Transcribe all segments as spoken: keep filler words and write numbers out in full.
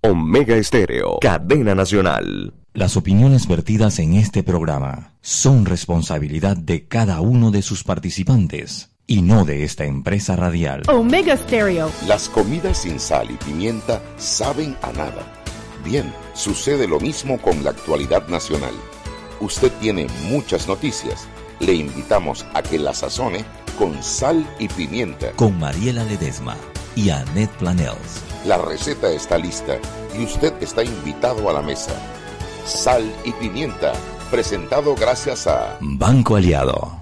Omega Estéreo, cadena nacional. Las opiniones vertidas en este programa son responsabilidad de cada uno de sus participantes y no de esta empresa radial. Omega Stereo. Las comidas sin sal y pimienta saben a nada. Bien, sucede lo mismo con la actualidad nacional. Usted tiene muchas noticias. Le invitamos a que la sazone con sal y pimienta. Con Mariela Ledesma y Annette Planels. La receta está lista y usted está invitado a la mesa. Sal y pimienta, presentado gracias a Banco Aliado.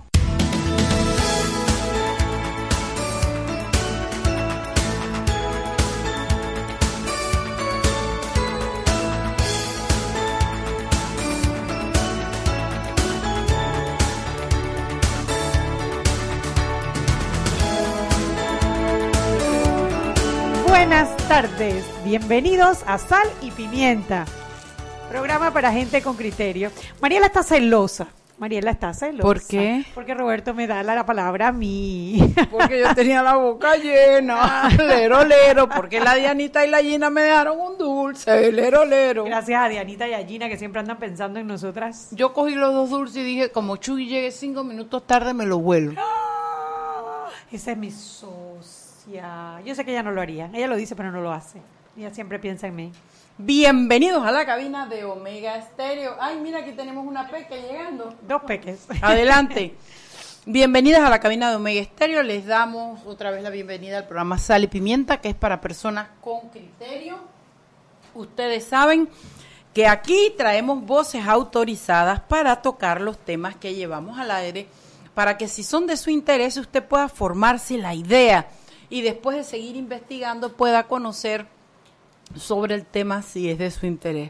Buenas tardes, bienvenidos a Sal y Pimienta, programa para gente con criterio. Mariela está celosa, Mariela está celosa. ¿Por qué? Porque Roberto me da la, la palabra a mí. Porque yo tenía la boca llena, lero, lero, porque la Dianita y la Gina me dejaron un dulce, lero, lero. Gracias a Dianita y a Gina que siempre andan pensando en nosotras. Yo cogí los dos dulces y dije, como Chuy llegue cinco minutos tarde, me lo vuelvo. ¡Oh! Esa es mi socia. Yo sé que ella no lo haría, ella lo dice pero no lo hace. Ella siempre piensa en mí. Bienvenidos a la cabina de Omega Stereo. Ay, mira, aquí tenemos una peque llegando. Dos peques. Adelante. Bienvenidas a la cabina de Omega Stereo. Les damos otra vez la bienvenida al programa Sal y Pimienta, que es para personas con criterio. Ustedes saben que aquí traemos voces autorizadas para tocar los temas que llevamos al aire, para que si son de su interés usted pueda formarse la idea y después de seguir investigando pueda conocer sobre el tema si es de su interés.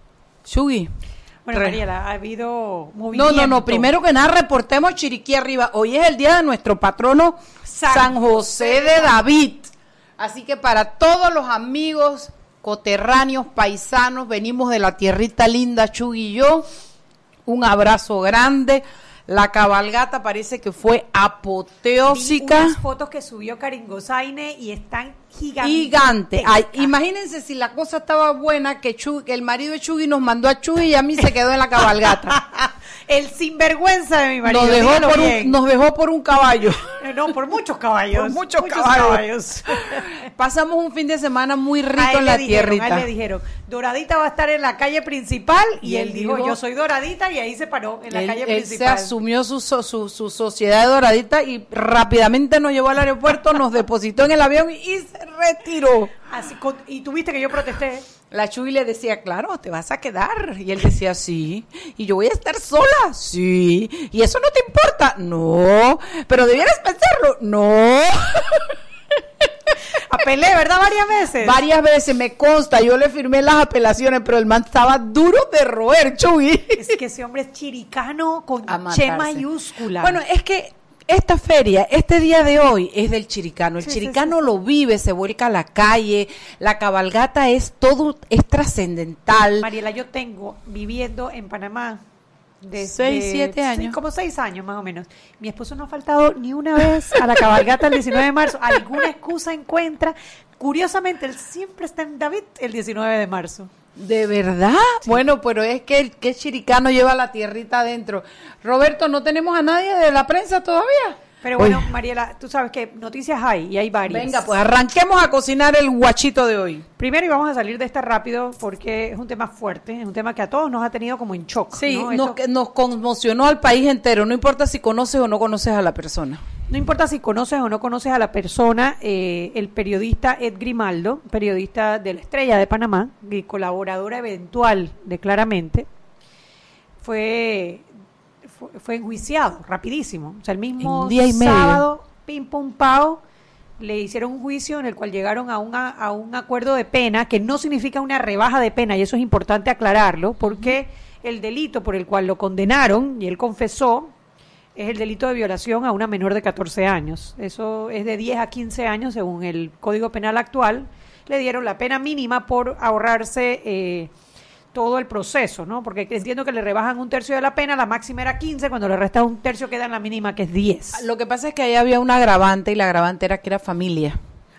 Chuy. Bueno, Re- Mariela, ha habido movimiento. No, no, no, primero que nada reportemos Chiriquí arriba. Hoy es el día de nuestro patrono San, San José de David. Así que para todos los amigos, coterráneos, paisanos, venimos de la tierrita linda, Chuy y yo, un abrazo grande. La cabalgata parece que fue apoteósica. Vi unas fotos que subió Karin Gozaine y están gigantes. Gigante. Ay, imagínense si la cosa estaba buena que, Chuy, que el marido de Chuy nos mandó a Chuy y a mí se quedó en la cabalgata. El sinvergüenza de mi marido. Nos dejó, por un, nos dejó por un caballo. No, por muchos caballos. Por muchos, muchos caballos. caballos. Pasamos un fin de semana muy rico en la dijeron, tierrita. A él le dijeron, Doradita va a estar en la calle principal y, y él, él dijo, dijo, yo soy Doradita y ahí se paró en la él, calle él principal. Él se asumió su, su, su sociedad de Doradita y rápidamente nos llevó al aeropuerto, nos depositó en el avión y se retiró. Así, y tuviste que yo protesté. La Chuy le decía, claro, te vas a quedar. Y él decía, sí. ¿Y yo voy a estar sola? Sí. ¿Y eso no te importa? No. ¿Pero debieras pensarlo? No. Apelé, ¿verdad? Varias veces. Varias veces, me consta. Yo le firmé las apelaciones, pero el man estaba duro de roer, Chuy. Es que ese hombre es chiricano con che mayúscula. Bueno, es que esta feria, este día de hoy es del chiricano. El sí, chiricano sí, sí. lo vive, se vuelca a la calle. La cabalgata es todo, es trascendental. Mariela, yo tengo viviendo en Panamá desde seis, siete años. Sí, como seis años más o menos. Mi esposo no ha faltado ni una vez a la cabalgata el diecinueve de marzo. Alguna excusa encuentra. Curiosamente, él siempre está en David el diecinueve de marzo. ¿De verdad? Sí. Bueno, pero es que el que chiricano lleva la tierrita adentro. Roberto, ¿no tenemos a nadie de la prensa todavía? Pero bueno, Uy. Mariela, tú sabes que noticias hay y hay varias. Venga, pues arranquemos a cocinar el guachito de hoy. Primero, y vamos a salir de esta rápido porque es un tema fuerte, es un tema que a todos nos ha tenido como en shock. Sí, ¿no? nos, Esto... nos conmocionó al país entero, no importa si conoces o no conoces a la persona. No importa si conoces o no conoces a la persona, eh, el periodista Ed Grimaldo, periodista de La Estrella de Panamá, y colaboradora eventual de Claramente, fue... Fue, fue enjuiciado rapidísimo, o sea, el mismo un día y sábado, pim pum pao, le hicieron un juicio en el cual llegaron a, una, a un acuerdo de pena, que no significa una rebaja de pena, y eso es importante aclararlo, porque el delito por el cual lo condenaron, y él confesó, es el delito de violación a una menor de catorce años, eso es de diez a quince años según el Código Penal actual, le dieron la pena mínima por ahorrarse eh, todo el proceso, ¿no? Porque entiendo que le rebajan un tercio de la pena, la máxima era quince, cuando le resta un tercio queda en la mínima, que es diez. Lo que pasa es que ahí había un agravante, y la agravante era que era familia.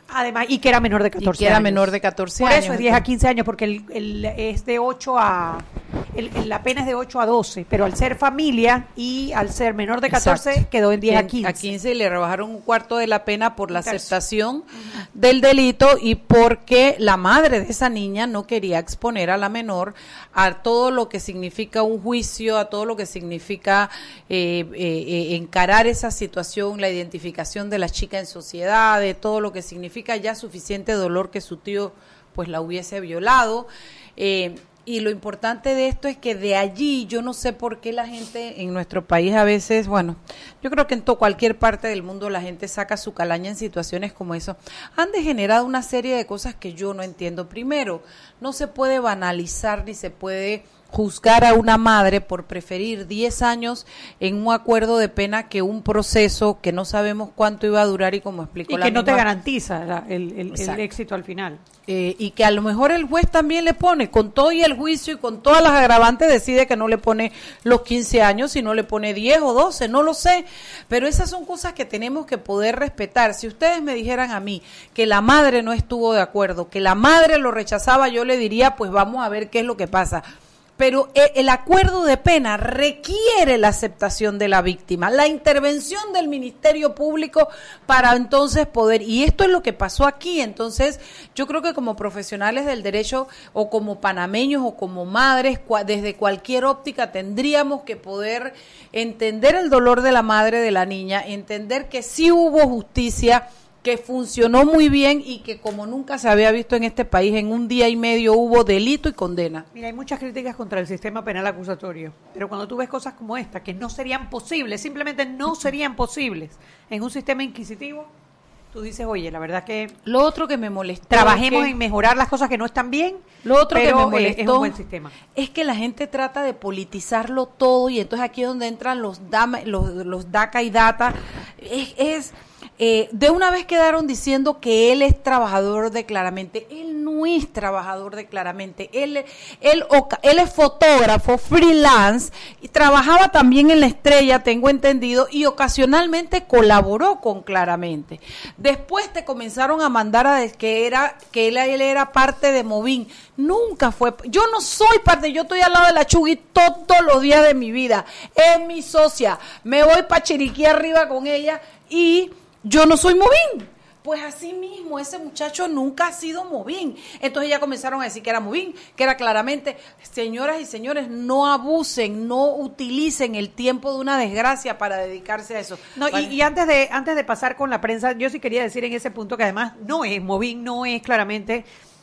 Además, y que era menor de catorce y que era años. menor de catorce Por años. eso es diez a quince años, porque el, el, es de ocho a... El, el, la pena es de ocho a doce, pero al ser familia y al ser menor de catorce, exacto, quedó en diez a quince. A quince y le rebajaron un cuarto de la pena por la aceptación uh-huh. del delito y porque la madre de esa niña no quería exponer a la menor a todo lo que significa un juicio, a todo lo que significa eh, eh, eh, encarar esa situación, la identificación de la chica en sociedad, de todo lo que significa ya suficiente dolor que su tío pues la hubiese violado. Eh, Y lo importante de esto es que de allí, yo no sé por qué la gente en nuestro país a veces, bueno, yo creo que en to, cualquier parte del mundo la gente saca su calaña en situaciones como eso. Han degenerado una serie de cosas que yo no entiendo. Primero, no se puede banalizar ni se puede juzgar a una madre por preferir diez años en un acuerdo de pena que un proceso que no sabemos cuánto iba a durar y como explicó y la que no misma, te garantiza la, el, el, el éxito al final. Eh, y que a lo mejor el juez también le pone, con todo y el juicio y con todas las agravantes, decide que no le pone los quince años, sino le pone diez o doce, no lo sé, pero esas son cosas que tenemos que poder respetar. Si ustedes me dijeran a mí que la madre no estuvo de acuerdo, que la madre lo rechazaba, yo le diría, pues vamos a ver qué es lo que pasa. Pero el acuerdo de pena requiere la aceptación de la víctima, la intervención del Ministerio Público para entonces poder, y esto es lo que pasó aquí. Entonces yo creo que como profesionales del derecho o como panameños o como madres, desde cualquier óptica tendríamos que poder entender el dolor de la madre de la niña, entender que sí hubo justicia, que funcionó muy bien y que como nunca se había visto en este país, en un día y medio hubo delito y condena. Mira, hay muchas críticas contra el sistema penal acusatorio, pero cuando tú ves cosas como esta, que no serían posibles, simplemente no serían posibles en un sistema inquisitivo, tú dices, oye, la verdad que... Lo otro que me molestó... Trabajemos es que, en mejorar las cosas que no están bien, lo otro pero que me molestó es un buen sistema. Es que la gente trata de politizarlo todo y entonces aquí es donde entran los, dama, los, los DACA y DATA. Es... es Eh, de una vez quedaron diciendo que él es trabajador de Claramente. Él no es trabajador de Claramente. Él, él, él es fotógrafo, freelance, y trabajaba también en La Estrella, tengo entendido, y ocasionalmente colaboró con Claramente. Después te comenzaron a mandar a decir que, era, que él, él era parte de Movín. Nunca fue. Yo no soy parte, yo estoy al lado de la Chugui todos los días de mi vida. Es mi socia. Me voy para Chiriquí arriba con ella y... yo no soy Movín. Pues así mismo, ese muchacho nunca ha sido Movín. Entonces ya comenzaron a decir que era Movín, que era Claramente. Señoras y señores, no abusen, no utilicen el tiempo de una desgracia para dedicarse a eso. No, y, y antes de antes de pasar con la prensa, yo sí quería decir en ese punto que además no es Movín, no es Claramente.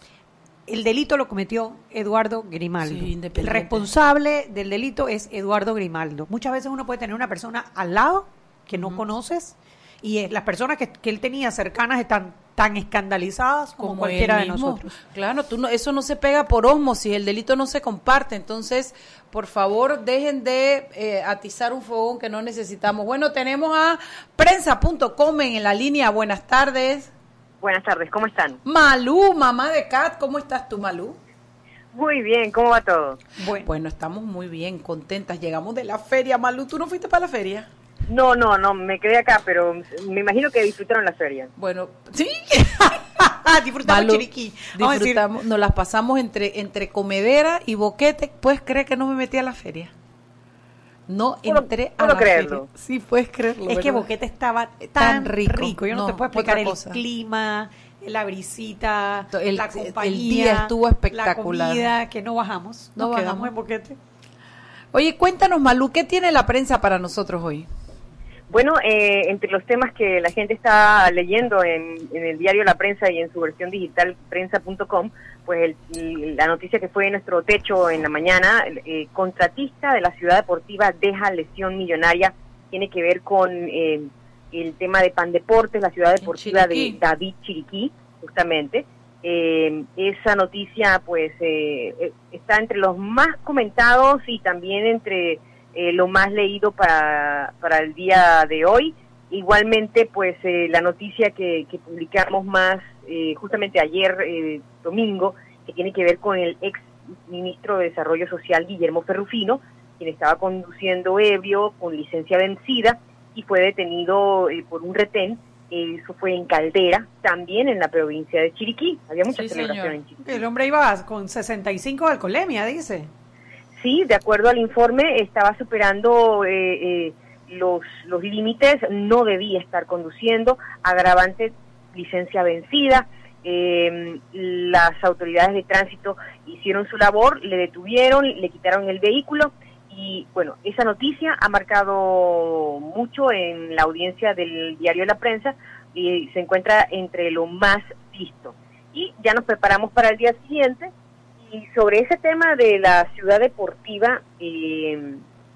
El delito lo cometió Eduardo Grimaldo. Sí, el responsable del delito es Eduardo Grimaldo. Muchas veces uno puede tener una persona al lado que no uh-huh. conoces, y eh, las personas que, que él tenía cercanas están tan escandalizadas como, como cualquiera de nosotros. Claro, tú no, eso no se pega por ósmosis, el delito no se comparte. Entonces, por favor, dejen de eh, atizar un fogón que no necesitamos. Bueno, tenemos a prensa punto com en la línea. Buenas tardes. Buenas tardes, ¿cómo están? Malú, mamá de Kat, ¿cómo estás tú, Malú? Muy bien, ¿cómo va todo? Bueno, bueno, estamos muy bien, contentas. Llegamos de la feria. Malú, ¿tú no fuiste para la feria? No, no, no, me quedé acá, pero me imagino que disfrutaron la feria. Bueno, sí. Disfrutamos Malú, Chiriquí. Disfrutamos, nos las pasamos entre entre comedera y boquete. ¿Puedes creer que no me metí a la feria? No ¿Puedo, entré puedo a la creerlo? feria. Sí, puedes creerlo. Es ¿verdad? que Boquete estaba tan, tan rico. rico. Yo no, no te puedo explicar el clima, la brisita, el, la compañía. El día estuvo espectacular. La comida, que no bajamos. No Nos bajamos. quedamos en Boquete. Oye, cuéntanos, Malú, ¿qué tiene la prensa para nosotros hoy? Bueno, eh, entre los temas que la gente está leyendo en, en el diario La Prensa y en su versión digital prensa punto com, pues el, la noticia que fue en nuestro techo en la mañana, eh, contratista de la Ciudad Deportiva deja lesión millonaria, tiene que ver con eh, el tema de Pandeportes, la Ciudad Deportiva de David Chiriquí, justamente. Eh, esa noticia pues eh, está entre los más comentados y también entre... Eh, lo más leído para, para el día de hoy. Igualmente, pues eh, la noticia que, que publicamos más eh, justamente ayer, eh, domingo, que tiene que ver con el ex ministro de Desarrollo Social, Guillermo Ferrufino, quien estaba conduciendo ebrio con licencia vencida y fue detenido eh, por un retén Eso fue en Caldera, también en la provincia de Chiriquí. Había mucha Sí, celebración señor. en Chiriquí. El hombre iba con sesenta y cinco de alcoholemia, dice. Sí, de acuerdo al informe, estaba superando eh, eh, los, los límites, no debía estar conduciendo, agravante, licencia vencida. Eh, las autoridades de tránsito hicieron su labor, le detuvieron, le quitaron el vehículo. Y bueno, esa noticia ha marcado mucho en la audiencia del diario La Prensa y se encuentra entre lo más visto. Y ya nos preparamos para el día siguiente. Y sobre ese tema de la ciudad deportiva eh,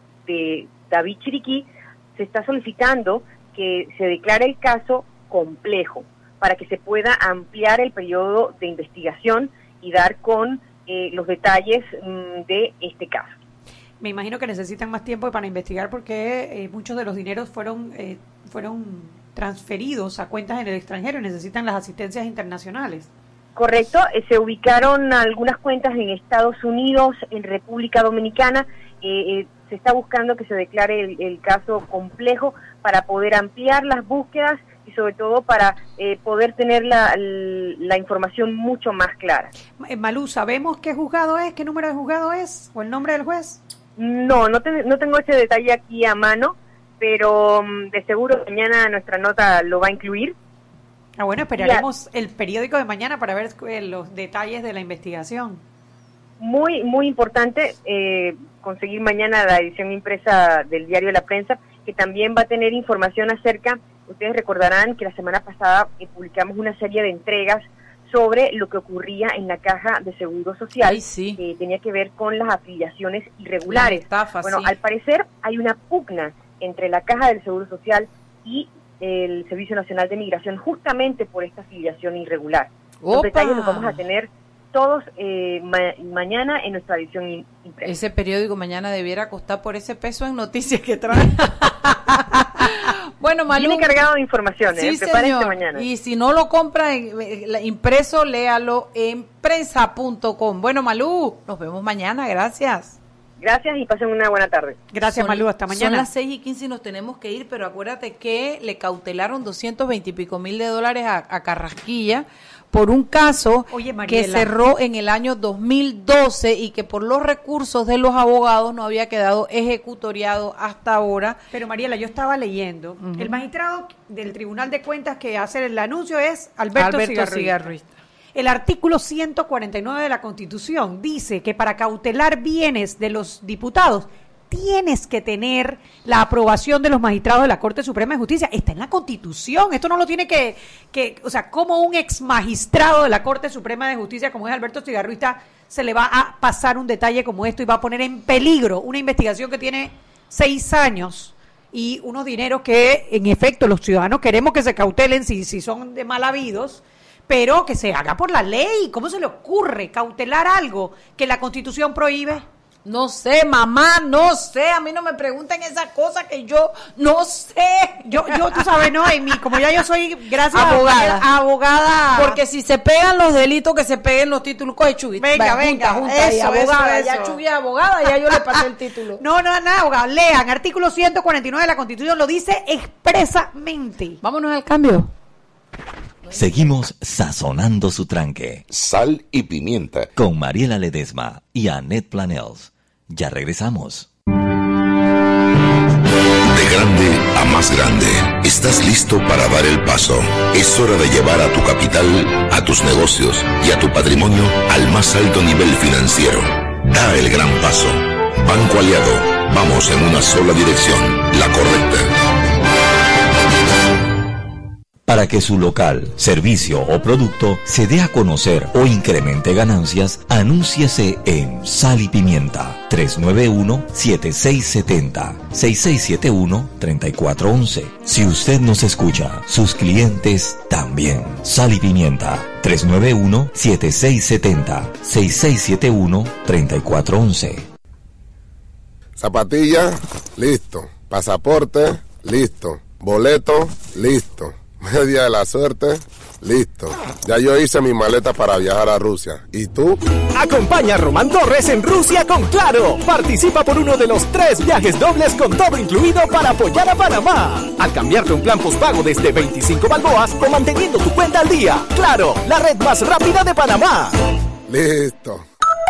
de David Chiriquí, se está solicitando que se declare el caso complejo para que se pueda ampliar el periodo de investigación y dar con eh, los detalles mm, de este caso. Me imagino que necesitan más tiempo para investigar porque eh, muchos de los dineros fueron eh, fueron transferidos a cuentas en el extranjero y necesitan las asistencias internacionales. Correcto, eh, se ubicaron algunas cuentas en Estados Unidos, en República Dominicana. Eh, eh, se está buscando que se declare el, el caso complejo para poder ampliar las búsquedas y sobre todo para eh, poder tener la, la información mucho más clara. Eh, Malú, ¿sabemos qué juzgado es? ¿Qué número de juzgado es? ¿O el nombre del juez? No, no, te, no tengo ese detalle aquí a mano, pero um, de seguro mañana nuestra nota lo va a incluir. Ah, bueno, esperaremos ya el periódico de mañana para ver eh, los detalles de la investigación. Muy, muy importante eh, conseguir mañana la edición impresa del diario La Prensa, que también va a tener información acerca, ustedes recordarán que la semana pasada eh, publicamos una serie de entregas sobre lo que ocurría en la Caja de Seguro Social, Ay, sí. que tenía que ver con las afiliaciones irregulares. Estafa, bueno, sí. Al parecer hay una pugna entre la Caja del Seguro Social y el Servicio Nacional de Migración justamente por esta afiliación irregular. ¡Opa! Los detalles los vamos a tener todos eh, ma- mañana en nuestra edición impresa. Ese periódico mañana debiera costar por ese peso en noticias que trae. Bueno, Malú. Viene cargado de información, Sí, ¿eh? Prepárense señor. mañana. Y si no lo compra en, en, impreso, léalo en prensa punto com. Bueno, Malú, nos vemos mañana. Gracias. Gracias y pasen una buena tarde. Gracias, Son- Malú, hasta mañana. Son las seis y quince y nos tenemos que ir, pero acuérdate que le cautelaron doscientos veinte y pico mil de dólares a, a Carrasquilla por un caso Oye, que Mariela. cerró en el año dos mil doce y que por los recursos de los abogados no había quedado ejecutoriado hasta ahora. Pero Mariela, yo estaba leyendo, Ujú. el magistrado del Tribunal de Cuentas que hace el anuncio es Alberto, Alberto Cigarruita. Cigarruita. El artículo ciento cuarenta y nueve de la Constitución dice que para cautelar bienes de los diputados tienes que tener la aprobación de los magistrados de la Corte Suprema de Justicia. Está en la Constitución. Esto no lo tiene que, que o sea, como un ex magistrado de la Corte Suprema de Justicia, como es Alberto Cigarruita, se le va a pasar un detalle como esto y va a poner en peligro una investigación que tiene seis años y unos dineros que, en efecto, los ciudadanos queremos que se cautelen si, si son de mal habidos, pero que se haga por la ley. ¿Cómo se le ocurre cautelar algo que la Constitución prohíbe? No sé, mamá, no sé. A mí no me pregunten esas cosas que yo no sé. Yo, yo tú sabes, ¿no? En mi, como ya yo soy, gracias Abogada. a abogada. Porque si se pegan los delitos, que se peguen los títulos. Coge, Chugui. Venga, Va, venga, junta, junta, y eso, abogada. eso, Ya eso. Chugui es abogada, ya yo le pasé el título. No, no, nada, abogada. Lean, artículo ciento cuarenta y nueve de la Constitución lo dice expresamente. Vámonos al cambio. Seguimos sazonando su tranque Sal y pimienta. con Mariela Ledesma y Annette Planels. Ya regresamos. De grande a más grande, estás listo para dar el paso. Es hora de llevar a tu capital, a tus negocios y a tu patrimonio al más alto nivel financiero. Da el gran paso. Banco Aliado, vamos en una sola dirección, la correcta. Para que su local, servicio o producto se dé a conocer o incremente ganancias, anúnciese en Sal y Pimienta tres nueve uno, siete seis siete cero, seis seis siete uno, tres cuatro uno uno. Si usted nos escucha, sus clientes también. Sal y Pimienta tres nueve uno, siete seis siete cero, seis seis siete uno, tres cuatro uno uno. Zapatilla, listo. Pasaporte, listo. Boleto, listo. Media de la suerte, Listo. Ya yo hice mi maleta para viajar a Rusia. ¿Y tú? Acompaña a Román Torres en Rusia con Claro. Participa por uno de los tres viajes dobles con todo incluido para apoyar a Panamá. Al cambiarte un plan postpago desde veinticinco balboas o manteniendo tu cuenta al día. Claro, la red más rápida de Panamá. Listo.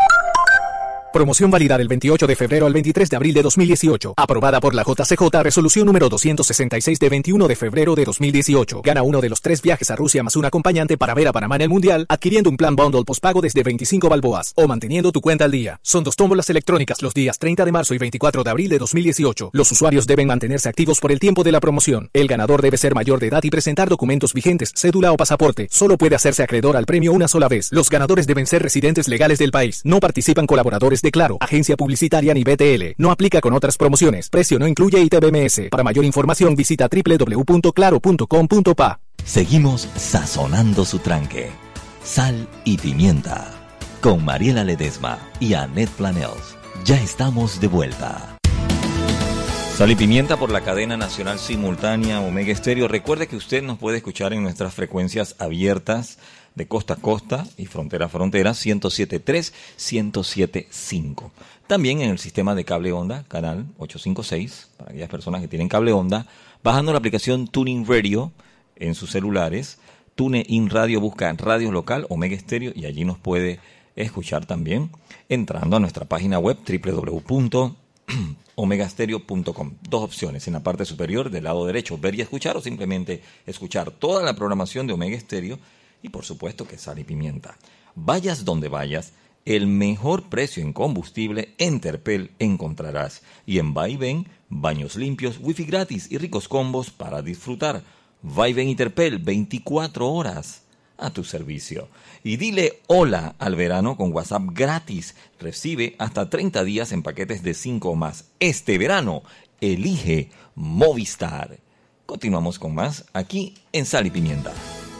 Promoción válida del veintiocho de febrero al veintitrés de abril de dos mil dieciocho. Aprobada por la J C J, resolución número doscientos sesenta y seis de veintiuno de febrero de dos mil dieciocho. Gana uno de los tres viajes a Rusia más un acompañante para ver a Panamá en el Mundial, adquiriendo un plan bundle postpago desde veinticinco balboas o manteniendo tu cuenta al día. Son dos tómbolas electrónicas los días treinta de marzo y veinticuatro de abril de dos mil dieciocho. Los usuarios deben mantenerse activos por el tiempo de la promoción. El ganador debe ser mayor de edad y presentar documentos vigentes, cédula o pasaporte. Solo puede hacerse acreedor al premio una sola vez. Los ganadores deben ser residentes legales del país. No participan colaboradores de Claro, agencia publicitaria ni B T L. No aplica con otras promociones. Precio no incluye I T B M S. Para mayor información visita doble u doble u doble u punto claro punto com punto pa. Seguimos sazonando su tranque. Sal y pimienta. Con Mariela Ledesma y Annette Planels. Ya estamos de vuelta. Sal y pimienta por la cadena nacional simultánea Omega Estéreo. Recuerde que usted nos puede escuchar en nuestras frecuencias abiertas de costa a costa y frontera a frontera, ciento siete punto tres, ciento siete punto cinco. También en el sistema de cable onda, canal ochocientos cincuenta y seis, para aquellas personas que tienen cable onda, bajando la aplicación Tuning Radio en sus celulares. TuneIn Radio, busca radio local Omega Estéreo y allí nos puede escuchar también entrando a nuestra página web doble u doble u doble u punto omega stereo punto com. Dos opciones en la parte superior del lado derecho, ver y escuchar, o simplemente escuchar toda la programación de Omega Estéreo. Y por supuesto que sal y pimienta. Vayas donde vayas, el mejor precio en combustible en Terpel encontrarás. Y en Vaivén, baños limpios, wifi gratis y ricos combos para disfrutar. Vaivén y Terpel, veinticuatro horas a tu servicio. Y dile hola al verano con WhatsApp gratis. Recibe hasta treinta días en paquetes de cinco o más. Este verano, elige Movistar. Continuamos con más aquí en Sal y Pimienta.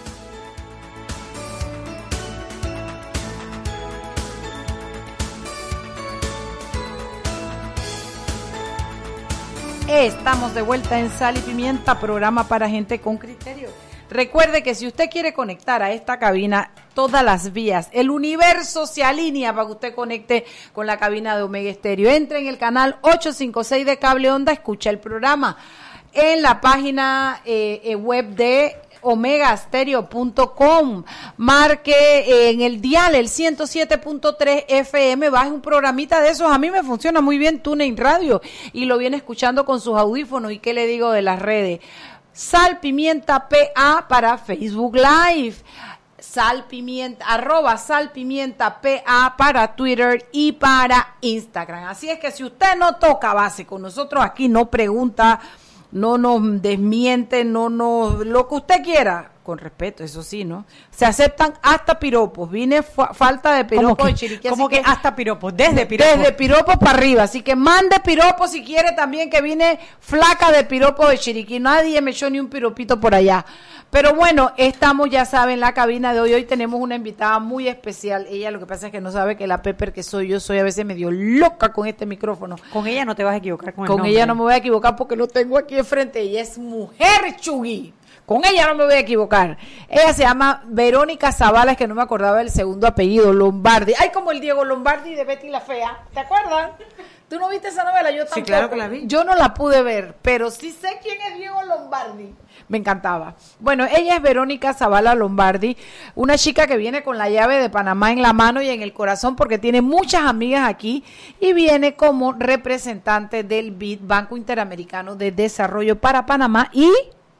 Estamos de vuelta en Sal y Pimienta, programa para gente con criterio. Recuerde que si usted quiere conectar a esta cabina, todas las vías, el universo se alinea para que usted conecte con la cabina de Omega Estéreo. Entre en el canal ochocientos cincuenta y seis de Cable Onda, escucha el programa en la página eh, web de omega stereo punto com, marque eh, en el dial el ciento siete punto tres F M, baje un programita de esos. A mí me funciona muy bien TuneIn Radio y lo viene escuchando con sus audífonos. ¿Y qué le digo de las redes? Sal Pimienta P A para Facebook Live, Sal Pimienta, arroba Sal Pimienta P A para Twitter y para Instagram. Así es que si usted no toca base con nosotros aquí, no pregunta, no nos desmiente, no nos, lo que usted quiera, con respeto, eso sí, ¿no? Se aceptan hasta piropos. Vine fa- falta de piropos de Chiriquí. ¿Cómo que, que hasta piropos? Desde piropos. Desde piropos para arriba. Así que mande piropos si quiere también, que vine flaca de piropos de Chiriquí. Nadie me echó ni un piropito por allá. Pero bueno, estamos, ya saben, en la cabina de hoy. Hoy tenemos una invitada muy especial. Ella lo que pasa es que no sabe que la Pepper que soy yo, soy a veces medio loca con este micrófono. Con ella no te vas a equivocar con el Con nombre. ella no me voy a equivocar porque lo tengo aquí enfrente. Ella es mujer Chugui. Con ella no me voy a equivocar. Ella se llama Verónica Zavala, es que no me acordaba del segundo apellido, Lombardi. Ay, como el Diego Lombardi de Betty la Fea. ¿Te acuerdas? ¿Tú no viste esa novela? Yo tampoco. Sí, claro que la vi. Yo no la pude ver, pero sí sé quién es Diego Lombardi. Me encantaba. Bueno, ella es Verónica Zavala Lombardi, una chica que viene con la llave de Panamá en la mano y en el corazón porque tiene muchas amigas aquí y viene como representante del B I D, Banco Interamericano de Desarrollo para Panamá y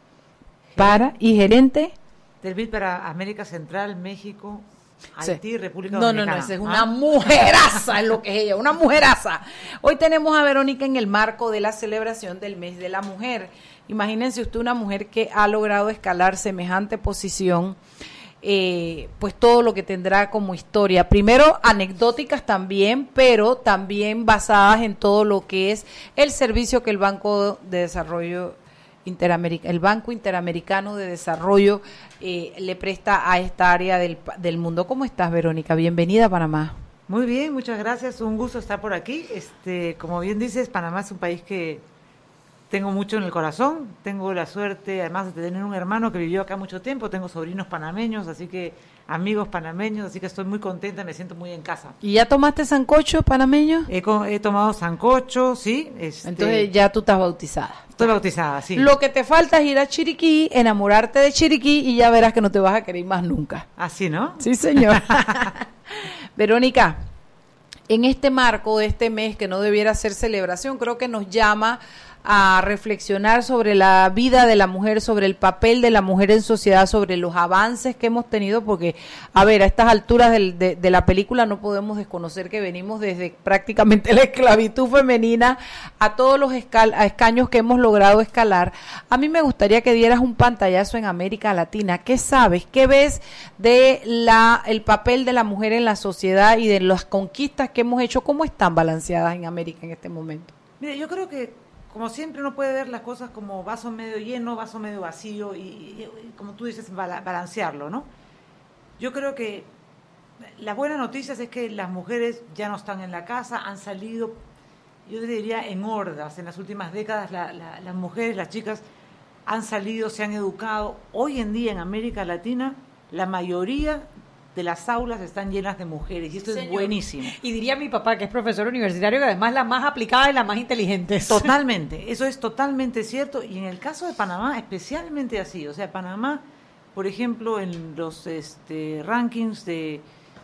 para y gerente del B I D para América Central, México, Haití, sí. República no, Dominicana. No, no, esa es una ¿Ah? mujeraza, es lo que es ella, una mujeraza. Hoy tenemos a Verónica en el marco de la celebración del mes de la mujer. Imagínense usted una mujer que ha logrado escalar semejante posición, eh, pues todo lo que tendrá como historia. Primero, anecdóticas también, pero también basadas en todo lo que es el servicio que el Banco de Desarrollo Interameric- el Banco Interamericano de Desarrollo eh, le presta a esta área del, del mundo. ¿Cómo estás, Verónica? Bienvenida a Panamá. Muy bien, muchas gracias. Un gusto estar por aquí. Este, como bien dices, Panamá es un país que tengo mucho en el corazón, tengo la suerte además de tener un hermano que vivió acá mucho tiempo, tengo sobrinos panameños, así que amigos panameños, así que estoy muy contenta, me siento muy en casa. ¿Y ya tomaste sancocho panameño? He, he tomado sancocho, sí. Este, Entonces ya tú estás bautizada. Estoy bautizada, sí. Lo que te falta es ir a Chiriquí, enamorarte de Chiriquí y ya verás que no te vas a querer más nunca. Así, ¿no? Sí, señor. Verónica, en este marco de este mes que no debiera ser celebración, creo que nos llama a reflexionar sobre la vida de la mujer, sobre el papel de la mujer en sociedad, sobre los avances que hemos tenido, porque, a ver, a estas alturas del, de, de la película no podemos desconocer que venimos desde prácticamente la esclavitud femenina a todos los escal, a escaños que hemos logrado escalar. A mí me gustaría que dieras un pantallazo en América Latina. ¿Qué sabes? ¿Qué ves de la el papel de la mujer en la sociedad y de las conquistas que hemos hecho? ¿Cómo están balanceadas en América en este momento? Mire, yo creo que como siempre uno puede ver las cosas como vaso medio lleno, vaso medio vacío y, y, y como tú dices, balancearlo, ¿no? Yo creo que las buenas noticias es que las mujeres ya no están en la casa, han salido, yo diría, en hordas. En las últimas décadas la, la, las mujeres, las chicas han salido, se han educado. Hoy en día en América Latina la mayoría de las aulas están llenas de mujeres y esto Señor. Es buenísimo. Y diría mi papá, que es profesor universitario, que además la más aplicada y la más inteligente. Totalmente, eso es totalmente cierto y en el caso de Panamá especialmente así. O sea, Panamá, por ejemplo, en los este, rankings de,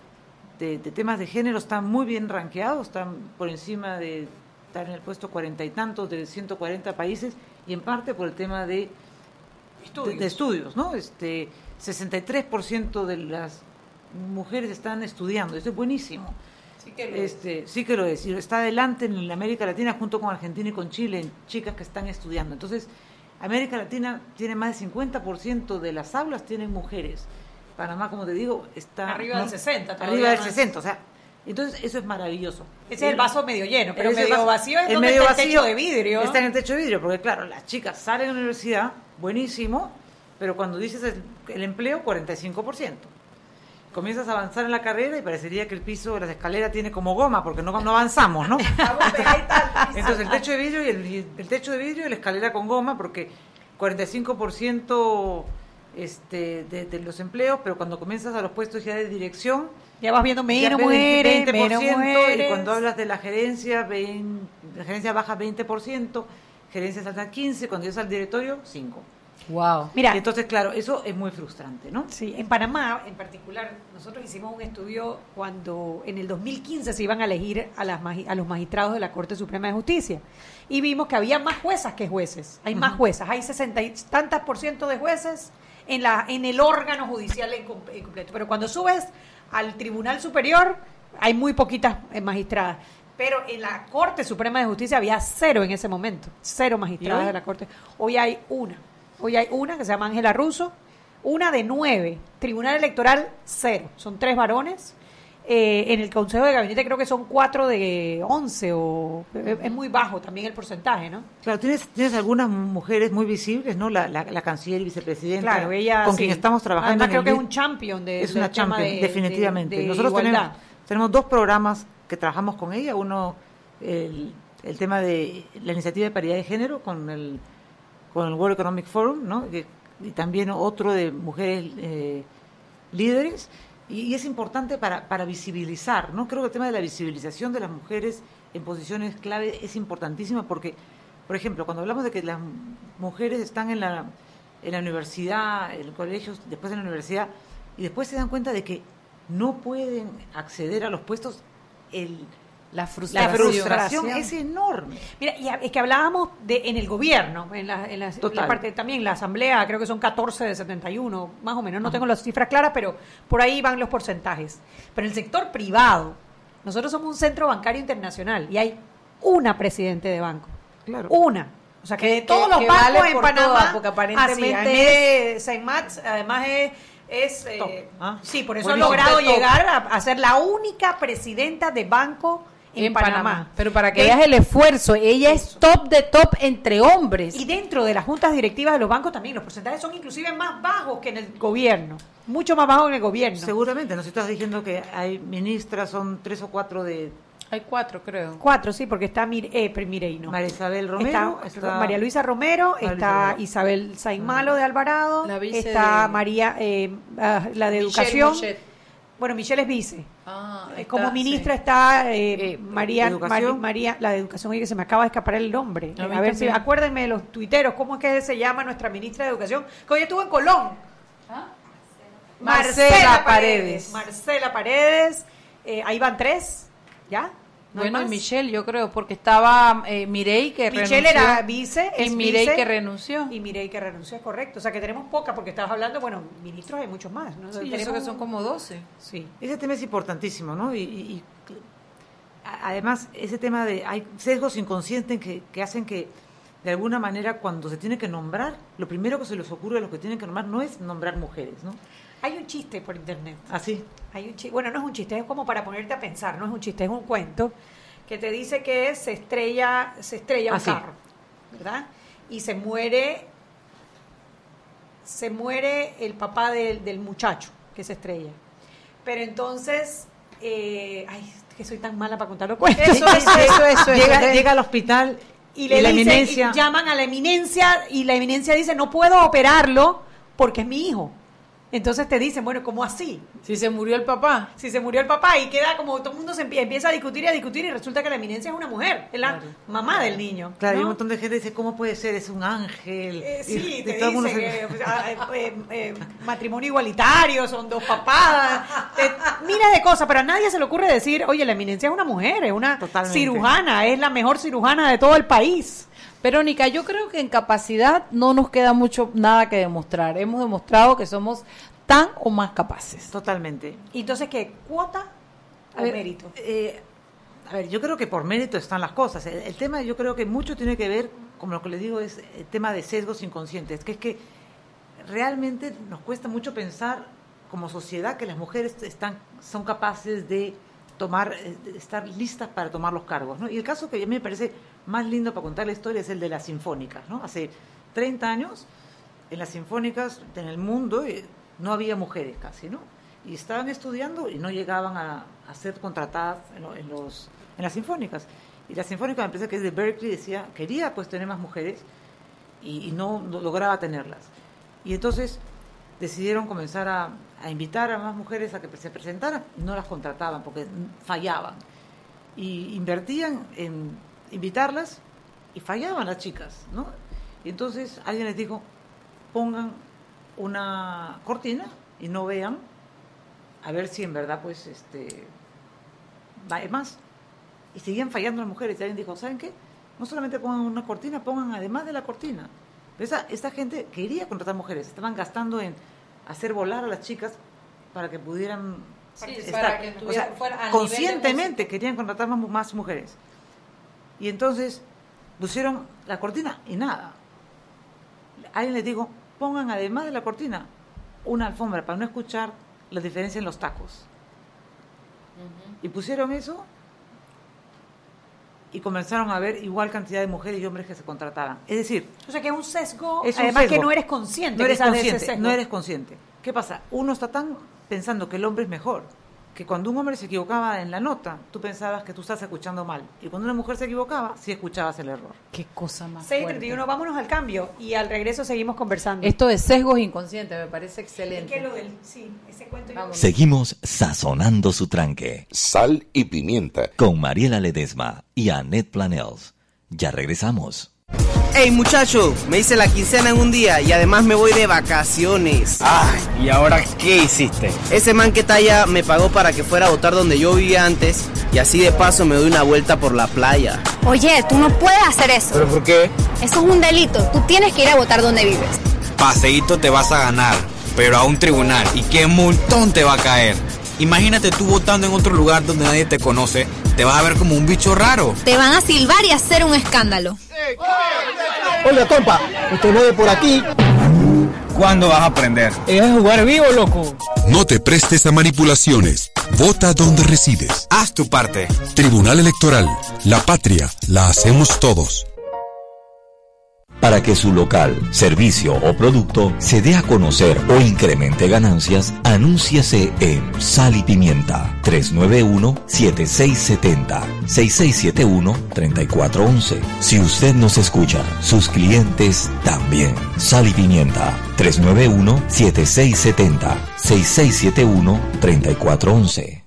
de, de temas de género están muy bien rankeados, están por encima de estar en el puesto cuarenta y tantos de ciento cuarenta países y en parte por el tema de estudios, de, de estudios, ¿no? Este, sesenta y tres por ciento de las mujeres están estudiando, eso es buenísimo. Sí que lo este, es. Sí que lo es, y está adelante en América Latina junto con Argentina y con Chile, en chicas que están estudiando. Entonces, América Latina tiene más del cincuenta por ciento de las aulas tienen mujeres. Panamá, como te digo, está arriba ¿no? del sesenta, arriba del no sesenta, o sea, entonces eso es maravilloso. Ese es el vaso medio lleno, pero Ese medio vaso, vacío es el donde medio está vacío el techo de vidrio. Está en el techo de vidrio, porque claro, las chicas salen de la universidad, buenísimo, pero cuando dices el, el empleo, cuarenta y cinco por ciento. Comienzas a avanzar en la carrera y parecería que el piso de las escaleras tiene como goma, porque no, no avanzamos, ¿no? Entonces el techo de vidrio y el, y el techo de vidrio y la escalera con goma, porque cuarenta y cinco por ciento este, de, de los empleos, pero cuando comienzas a los puestos ya de dirección, ya vas viendo menos mujeres, menos mujeres. Y cuando hablas de la gerencia, veinte, la gerencia baja veinte por ciento, gerencias altas quince por ciento, cuando llegas al directorio, cinco por ciento. Wow. Mira, y entonces, claro, eso es muy frustrante, ¿no? Sí, en Panamá, en particular, nosotros hicimos un estudio cuando en el dos mil quince se iban a elegir a, las, a los magistrados de la Corte Suprema de Justicia y vimos que había más juezas que jueces. Hay uh-huh. más juezas, hay sesenta y tantas por ciento de jueces en la en el órgano judicial en, en completo. Pero cuando subes al Tribunal Superior, hay muy poquitas eh, magistradas. Pero en la Corte Suprema de Justicia había cero en ese momento, cero magistradas de la Corte. Hoy hay una. Hoy hay una que se llama Ángela Russo, una de nueve. Tribunal Electoral, cero. Son tres varones. Eh, en el Consejo de Gabinete creo que son cuatro de once, o es, es muy bajo también el porcentaje, ¿no? Claro, tienes tienes algunas mujeres muy visibles, ¿no? La, la, la canciller y vicepresidenta, claro, ella, con sí. quien estamos trabajando. Además creo que es un champion de Es una champion, de, definitivamente. De, de Nosotros igualdad. tenemos, tenemos dos programas que trabajamos con ella. Uno, el, el tema de la iniciativa de paridad de género con el con el World Economic Forum, ¿no? Y, y también otro de mujeres eh, líderes, y, y es importante para, para visibilizar, ¿no? Creo que el tema de la visibilización de las mujeres en posiciones clave es importantísima porque, por ejemplo, cuando hablamos de que las mujeres están en la, en la universidad, en el colegio, después en la universidad, y después se dan cuenta de que no pueden acceder a los puestos, el La frustración. La frustración es enorme. Mira, y es que hablábamos de en el gobierno, en la, en la, en la parte también, la asamblea, creo que son catorce de setenta y uno, más o menos, no Ajá. tengo las cifras claras, pero por ahí van los porcentajes. Pero en el sector privado, nosotros somos un centro bancario internacional y hay una presidente de banco. Claro. Una. O sea, que de todos que, los que bancos vale en Panamá, todas, porque aparentemente es Saint Mats, además es es eh, ¿Ah? sí, por eso Buenísimo. ha logrado llegar a, a ser la única presidenta de banco en, en Panamá. Panamá. Pero para que veas el esfuerzo, ella es top de top entre hombres. Y dentro de las juntas directivas de los bancos también los porcentajes son inclusive más bajos que en el gobierno, mucho más bajos en el gobierno. Seguramente, nos estás diciendo que hay ministras, son tres o cuatro de Hay cuatro, creo. Cuatro, sí, porque está Mir eh, Mirey, no. María Isabel Romero. Está, está María Luisa Romero, María está Luisa Isabel Saimalo de Alvarado, La vice está de- María, eh, ah, la de Michelle Educación. Mochet. Bueno, Michelle es vice. Ah, Eh, está, Como ministra sí. está eh, Eh, María, Educación. Mari- María, la de Educación, oye, que se me acaba de escapar el nombre. A A, mí ver si, también. acuérdenme de los tuiteros, ¿cómo es que se llama nuestra ministra de Educación? Que hoy estuvo en Colón. ¿Ah? Marcela, Marcela Paredes. Paredes. Marcela Paredes. Eh, ahí van tres, ¿ya? ¿No hay Bueno, y más? Michelle, yo creo, porque estaba eh, Mirey que Michelle renunció. era vice, y es Mirey vice, que renunció. Y Mirey que renunció, es correcto. O sea que tenemos poca, porque estabas hablando, bueno, ministros hay muchos más, ¿no? Sí, yo Tenemos- sé que son como doce. Sí. Ese tema es importantísimo, ¿no? Y, y- y a- además, ese tema de... Hay sesgos inconscientes que, que hacen que, de alguna manera, cuando se tiene que nombrar, lo primero que se les ocurre a los que tienen que nombrar no es nombrar mujeres, ¿no? Hay un chiste por internet. Así. Hay un chiste, bueno, no es un chiste, es como para ponerte a pensar, no es un chiste, es un cuento que te dice que se estrella, se estrella un Ah, sí. carro, ¿verdad? Y se muere, se muere el papá del, del muchacho que se estrella. Pero entonces, eh, ay, es que soy tan mala para contar los cuentos. Eso, eso, eso, eso. Llega, eso. llega al hospital y le la dicen- eminencia... y llaman a la eminencia y la eminencia dice, no puedo operarlo porque es mi hijo. Entonces te dicen, bueno, ¿cómo así? Si se murió el papá. Si se murió el papá y queda como todo el mundo se empie- empieza a discutir y a discutir y resulta que la eminencia es una mujer, es la Claro. mamá del niño. Claro, ¿no? y un montón de gente dice, ¿cómo puede ser? Es un ángel. Eh, Y- sí, y te todo el mundo dicen se- que, pues, ah, eh, eh, eh, matrimonio igualitario, son dos papás, eh, miles de cosas, pero a nadie se le ocurre decir, oye, la eminencia es una mujer, es una Totalmente. cirujana, es la mejor cirujana de todo el país. Verónica, yo creo que en capacidad no nos queda mucho nada que demostrar. Hemos demostrado que somos tan o más capaces. Totalmente. Y entonces, ¿qué? ¿Cuota A o ver, mérito? eh, a ver, yo creo que por mérito están las cosas. El, el tema yo creo que mucho tiene que ver, como lo que le digo, es el tema de sesgos inconscientes, que es que realmente nos cuesta mucho pensar como sociedad que las mujeres están, son capaces de tomar, eh, de estar listas para tomar los cargos, ¿no? Y el caso que a mí me parece más lindo para contar la historia es el de las sinfónicas, ¿no? Hace treinta años, en las sinfónicas, en el mundo, eh, no había mujeres casi, ¿no? Y estaban estudiando y no llegaban a, a ser contratadas en, lo- en los, en las sinfónicas. Y la sinfónica, me parece que es de Berkeley, decía, quería pues tener más mujeres y, y no, no lograba tenerlas. Y entonces decidieron comenzar a, a invitar a más mujeres a que se presentaran, y no las contrataban porque fallaban. Y invertían en invitarlas y fallaban las chicas, ¿no? Y entonces alguien les dijo, pongan una cortina y no vean, a ver si en verdad pues este va más. Y seguían fallando las mujeres. Y alguien dijo, ¿saben qué? No solamente pongan una cortina, pongan además de la cortina. Esa, esta gente quería contratar mujeres, estaban gastando en hacer volar a las chicas para que pudieran Sí, estar. para que O tuviera- sea, fuera a nivel de conscientemente música. querían contratar más, más mujeres. Y entonces pusieron la cortina y nada. Alguien les dijo, pongan además de la cortina una alfombra para no escuchar la diferencia en los tacos. Y pusieron eso y comenzaron a ver igual cantidad de mujeres y hombres que se contrataban. Es decir, O sea, que es un sesgo, es un además sesgo. que no eres consciente. No eres quizás, de ese consciente, sesgo. no eres consciente. ¿Qué pasa? Uno está tan pensando que el hombre es mejor, que cuando un hombre se equivocaba en la nota, tú pensabas que tú estás escuchando mal. Y cuando una mujer se equivocaba, sí escuchabas el error. Qué cosa más seis fuerte. treinta y uno, vámonos al cambio y al regreso seguimos conversando. Esto de sesgos inconscientes me parece Es excelente. que lo del, sí, ese cuento yo- Vamos. Seguimos sazonando su tranque Sal y pimienta. con Mariela Ledesma y Annette Planels. Ya regresamos. Hey muchacho, me hice la quincena en un día y además me voy de vacaciones. Ay, ¿y ahora qué hiciste? Ese man que está allá me pagó para que fuera a votar donde yo vivía antes y así de paso me doy una vuelta por la playa. Oye, tú no puedes hacer eso. ¿Pero por qué? Eso es un delito. Tú tienes que ir a votar donde vives. Paseíto te vas a ganar, pero a un tribunal. ¿Y qué multón te va a caer? Imagínate tú votando en otro lugar donde nadie te conoce, te vas a ver como un bicho raro. Te van a silbar y hacer un escándalo. Oiga, compa, usted no ve por aquí. ¿Cuándo vas a aprender? Es jugar vivo, loco. No te prestes a manipulaciones. Vota donde resides. Haz tu parte. Tribunal Electoral. La patria la hacemos todos. Para que su local, servicio o producto se dé a conocer o incremente ganancias, anúnciese en Sal y Pimienta. tres nueve uno, siete seis siete cero, seis seis siete uno, tres cuatro uno uno. Si usted nos escucha, sus clientes también. Sal y Pimienta. tres nueve uno, siete seis siete cero, seis seis siete uno, tres cuatro uno uno.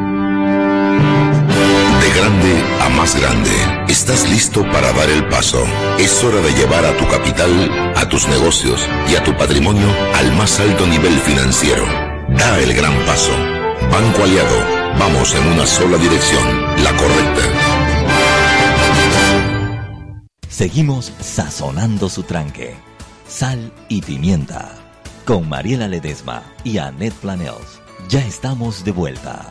De grande a más grande, estás listo para dar el paso. Es hora de llevar a tu capital, a tus negocios y a tu patrimonio al más alto nivel financiero. Da el gran paso. Banco Aliado, vamos en una sola dirección, la correcta. Seguimos sazonando su tranque. Sal y Pimienta. Con Mariela Ledesma y Annette Planels. Ya estamos de vuelta.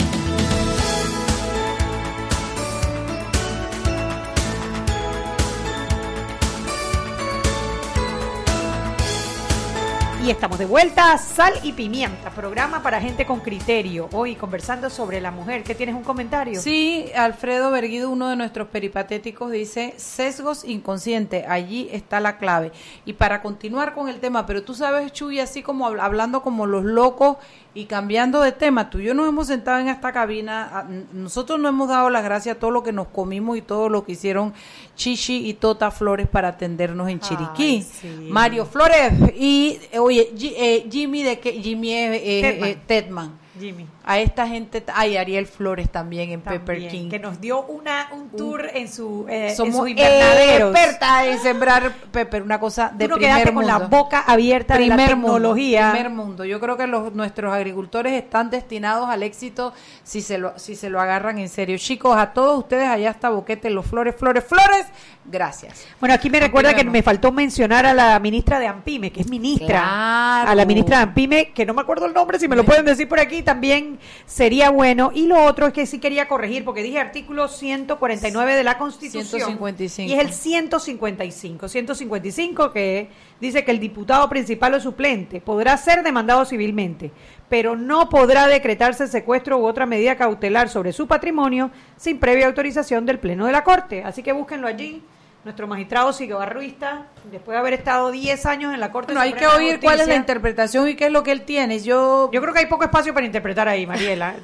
Y estamos de vuelta, Sal y Pimienta, programa para gente con criterio. Hoy conversando sobre la mujer. ¿Qué tienes, un comentario? Sí, Alfredo Berguido, uno de nuestros peripatéticos, dice sesgos inconscientes, allí está la clave. Y para continuar con el tema, pero tú sabes, Chuy, así como hablando como los locos y cambiando de tema, tú y yo nos hemos sentado en esta cabina, nosotros nos hemos dado las gracias a todo lo que nos comimos y todo lo que hicieron Chichi y Tota Flores para atendernos en Chiriquí. Ay, sí. Mario Flores y, oye, G, eh, Jimmy de que Jimmy eh, Tedman. Eh, Tedman. Jimmy. A esta gente, ay, Ariel Flores también en También, Pepper King. Que nos dio una un tour uh, en su eh, somos en sus invernaderos. expertas en sembrar pepper, una cosa de Tú no primer quedaste mundo. con la boca abierta primer de la tecnología. Mundo, primer mundo. Yo creo que los, nuestros agricultores están destinados al éxito si se lo si se lo agarran en serio. Chicos, a todos ustedes allá está Boquete, los Flores, Flores, Flores. Gracias. Bueno, aquí me recuerda que me faltó mencionar a la ministra de AMPIME, que es ministra. Claro. A la ministra de AMPIME, que no me acuerdo el nombre, si me lo pueden decir por aquí, también sería bueno. Y lo otro es que sí quería corregir, porque dije artículo ciento cuarenta y nueve de la Constitución. ciento cincuenta y cinco. Y es el ciento cincuenta y cinco. ciento cincuenta y cinco que dice que el diputado principal o suplente podrá ser demandado civilmente, pero no podrá decretarse secuestro u otra medida cautelar sobre su patrimonio sin previa autorización del Pleno de la Corte. Así que búsquenlo allí. Nuestro magistrado cigarruista, después de haber estado diez años en la Corte Suprema. No, hay que oír cuál es la interpretación y qué es lo que él tiene. Yo yo creo que hay poco espacio para interpretar ahí, Mariela.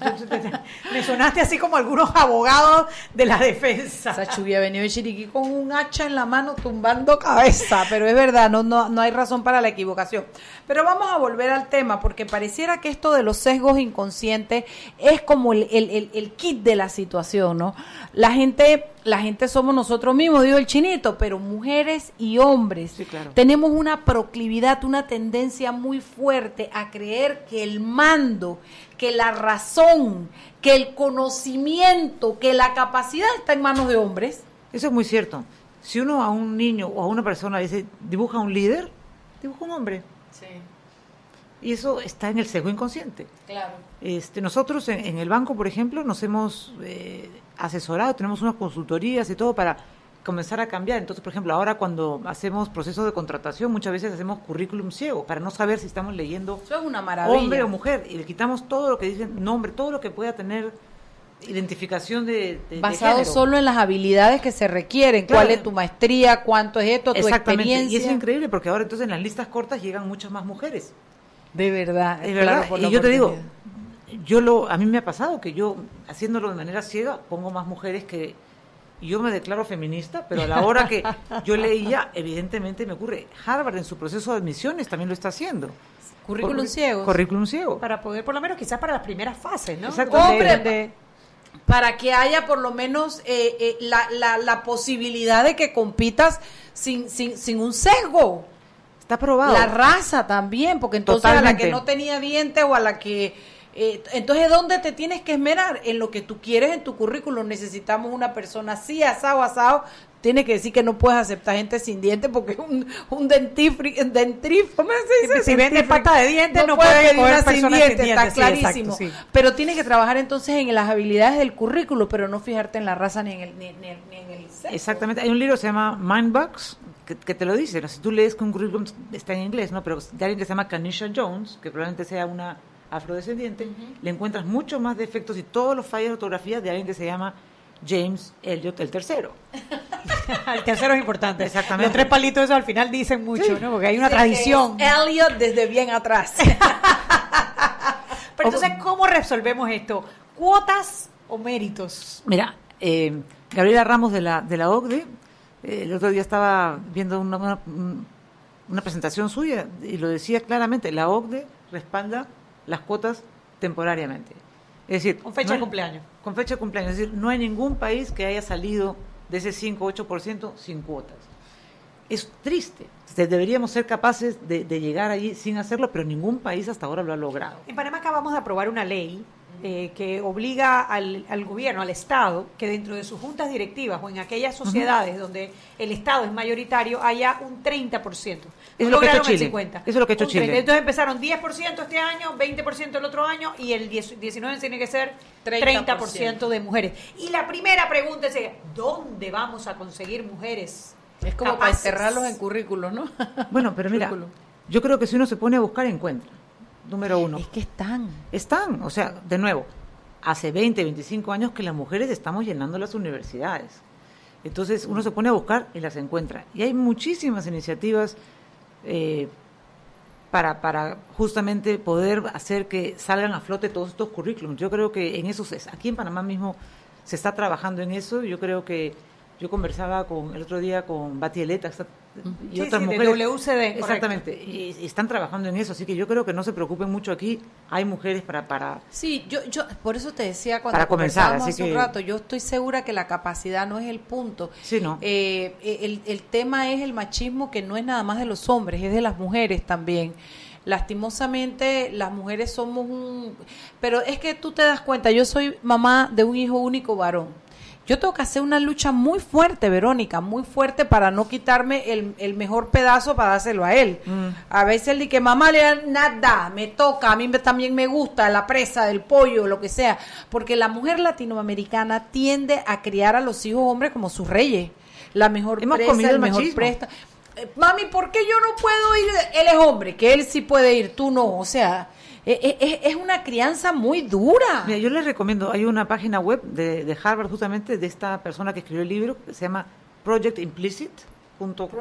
Me sonaste así como algunos abogados de la defensa. Esa Chuy ha venido de Chiriquí con un hacha en la mano tumbando cabeza, pero es verdad, no, no, no hay razón para la equivocación. Pero vamos a volver al tema, porque pareciera que esto de los sesgos inconscientes es como el, el, el, el kit de la situación, ¿no? La gente... La gente somos nosotros mismos, digo el chinito, pero mujeres y hombres sí, claro. tenemos una proclividad, una tendencia muy fuerte a creer que el mando, que la razón, que el conocimiento, que la capacidad está en manos de hombres. Eso es muy cierto. Si uno a un niño o a una persona dice, dibuja un líder, dibuja un hombre. Sí. Y eso está en el sesgo inconsciente. Claro. Este, nosotros en, en el banco, por ejemplo, nos hemos eh, asesorado, tenemos unas consultorías y todo para comenzar a cambiar. Entonces, por ejemplo, ahora cuando hacemos procesos de contratación, muchas veces hacemos currículum ciego para no saber si estamos leyendo eso es una maravilla. Hombre o mujer, y le quitamos todo lo que dicen nombre, todo lo que pueda tener identificación de, de basado de solo en las habilidades que se requieren. Claro. ¿Cuál es tu maestría? ¿Cuánto es esto? ¿Tu experiencia? Y es increíble porque ahora entonces en las listas cortas llegan muchas más mujeres. De verdad, es verdad. Claro, y yo te digo, yo lo, a mí me ha pasado que yo, haciéndolo de manera ciega, pongo más mujeres que... Yo me declaro feminista, pero a la hora que yo leía, evidentemente me ocurre. Harvard en su proceso de admisiones también lo está haciendo. Currículum ciego. Currículum ciego. Para poder, por lo menos, quizás para las primeras fases, ¿no? Exacto. Hombre, de, de, para que haya por lo menos eh, eh, la, la, la posibilidad de que compitas sin, sin, sin un sesgo. Está probado. La raza también, porque entonces Totalmente. A la que no tenía dientes o a la que... Eh, entonces, ¿dónde te tienes que esmerar? En lo que tú quieres en tu currículum. Necesitamos una persona así, asado, asado. Tiene que decir que no puedes aceptar gente sin dientes porque un, un dentifri, dentrif, ¿cómo se dice? Si vende pata de dientes, no, no puede pedir una sin dientes, sin dientes, está sí, clarísimo. Exacto, sí. Pero tienes que trabajar entonces en las habilidades del currículo, pero no fijarte en la raza ni en el, ni, ni, ni en el sexo. Exactamente. Hay un libro que se llama Mindbugs, que, que te lo dice. ¿No? Si tú lees que un currículum está en inglés, ¿no? Pero de alguien que se llama Kanisha Jones, que probablemente sea una afrodescendiente, uh-huh. le encuentras mucho más defectos y todos los fallos de ortografía de alguien que se llama James Elliot el tercero. El tercero es importante. Exactamente. Los tres palitos esos al final dicen mucho, sí, ¿no? Porque hay una Dice tradición. que es Elliot desde bien atrás. Pero entonces, ¿cómo resolvemos esto? ¿Cuotas o méritos? Mira, eh, Gabriela Ramos de la, de la O C D E, eh, el otro día estaba viendo una, una, una presentación suya y lo decía claramente, la O C D E respalda las cuotas temporariamente. Es decir, con fecha no hay, de cumpleaños. Con fecha de cumpleaños. Es decir, no hay ningún país que haya salido de ese cinco o ocho por ciento sin cuotas. Es triste. Deberíamos ser capaces de, de llegar allí sin hacerlo, pero ningún país hasta ahora lo ha logrado. En Panamá acabamos de aprobar una ley eh, que obliga al, al gobierno, al Estado, que dentro de sus juntas directivas o en aquellas sociedades uh-huh. donde el Estado es mayoritario haya un treinta por ciento. No es lo que ha hecho Chile. cincuenta. Eso es lo que ha hecho Chile. Entonces empezaron diez por ciento este año, veinte por ciento el otro año y el diecinueve tiene que ser treinta por ciento de mujeres. Y la primera pregunta es, ¿dónde vamos a conseguir mujeres? Es como capaces? Para encerrarlos en currículos, ¿no? Bueno, pero mira, yo creo que si uno se pone a buscar, encuentra. Número uno. Es que están. Están, o sea, de nuevo, hace veinte, veinticinco años que las mujeres estamos llenando las universidades. Entonces uno se pone a buscar y las encuentra. Y hay muchísimas iniciativas eh, para, para justamente poder hacer que salgan a flote todos estos currículums. Yo creo que en eso, aquí en Panamá mismo se está trabajando en eso. Yo creo que yo conversaba con el otro día con Bati Eleta y sí, otras sí, mujeres. De W C D, exactamente, y, y están trabajando en eso, así que yo creo que no se preocupen mucho aquí. Hay mujeres para para. Sí, yo yo por eso te decía cuando para comenzar, conversábamos así hace que, un rato, yo estoy segura que la capacidad no es el punto. Sí, no. Eh, el el tema es el machismo, que no es nada más de los hombres, es de las mujeres también. Lastimosamente las mujeres somos un, pero es que tú te das cuenta, yo soy mamá de un hijo único varón. Yo tengo que hacer una lucha muy fuerte, Verónica, muy fuerte para no quitarme el, el mejor pedazo para dárselo a él. Mm. A veces él dice que mamá le da nada, me toca, a mí me, también me gusta la presa, del pollo, lo que sea. Porque la mujer latinoamericana tiende a criar a los hijos hombres como sus reyes. La mejor Hemos presa, comido el, el mejor machismo. presta. Eh, mami, ¿por qué yo no puedo ir? Él es hombre, que él sí puede ir, tú no. O sea... Es, es una crianza muy dura. Mira, yo les recomiendo, hay una página web de, de Harvard justamente de esta persona que escribió el libro, que se llama project implicit punto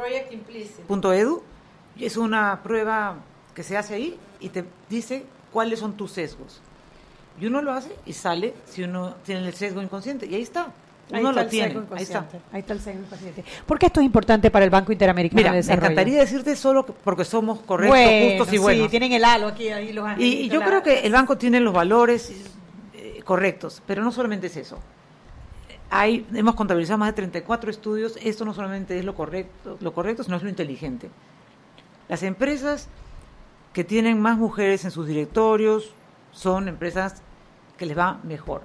edu. Es una prueba que se hace ahí y te dice cuáles son tus sesgos. Y uno lo hace y sale si uno tiene el sesgo inconsciente. Y ahí está. Uno lo tiene. Ahí está. Ahí está el sesgo inconsciente. ¿Por qué esto es importante para el Banco Interamericano Mira, de Desarrollo? Me encantaría decirte solo porque somos correctos, bueno, justos y buenos. Sí, tienen el halo aquí. Ahí los y, y yo la... creo que el banco tiene los valores eh, correctos, pero no solamente es eso. Hay, hemos contabilizado más de treinta y cuatro estudios. Esto no solamente es lo correcto, lo correcto, sino es lo inteligente. Las empresas que tienen más mujeres en sus directorios son empresas que les va mejor.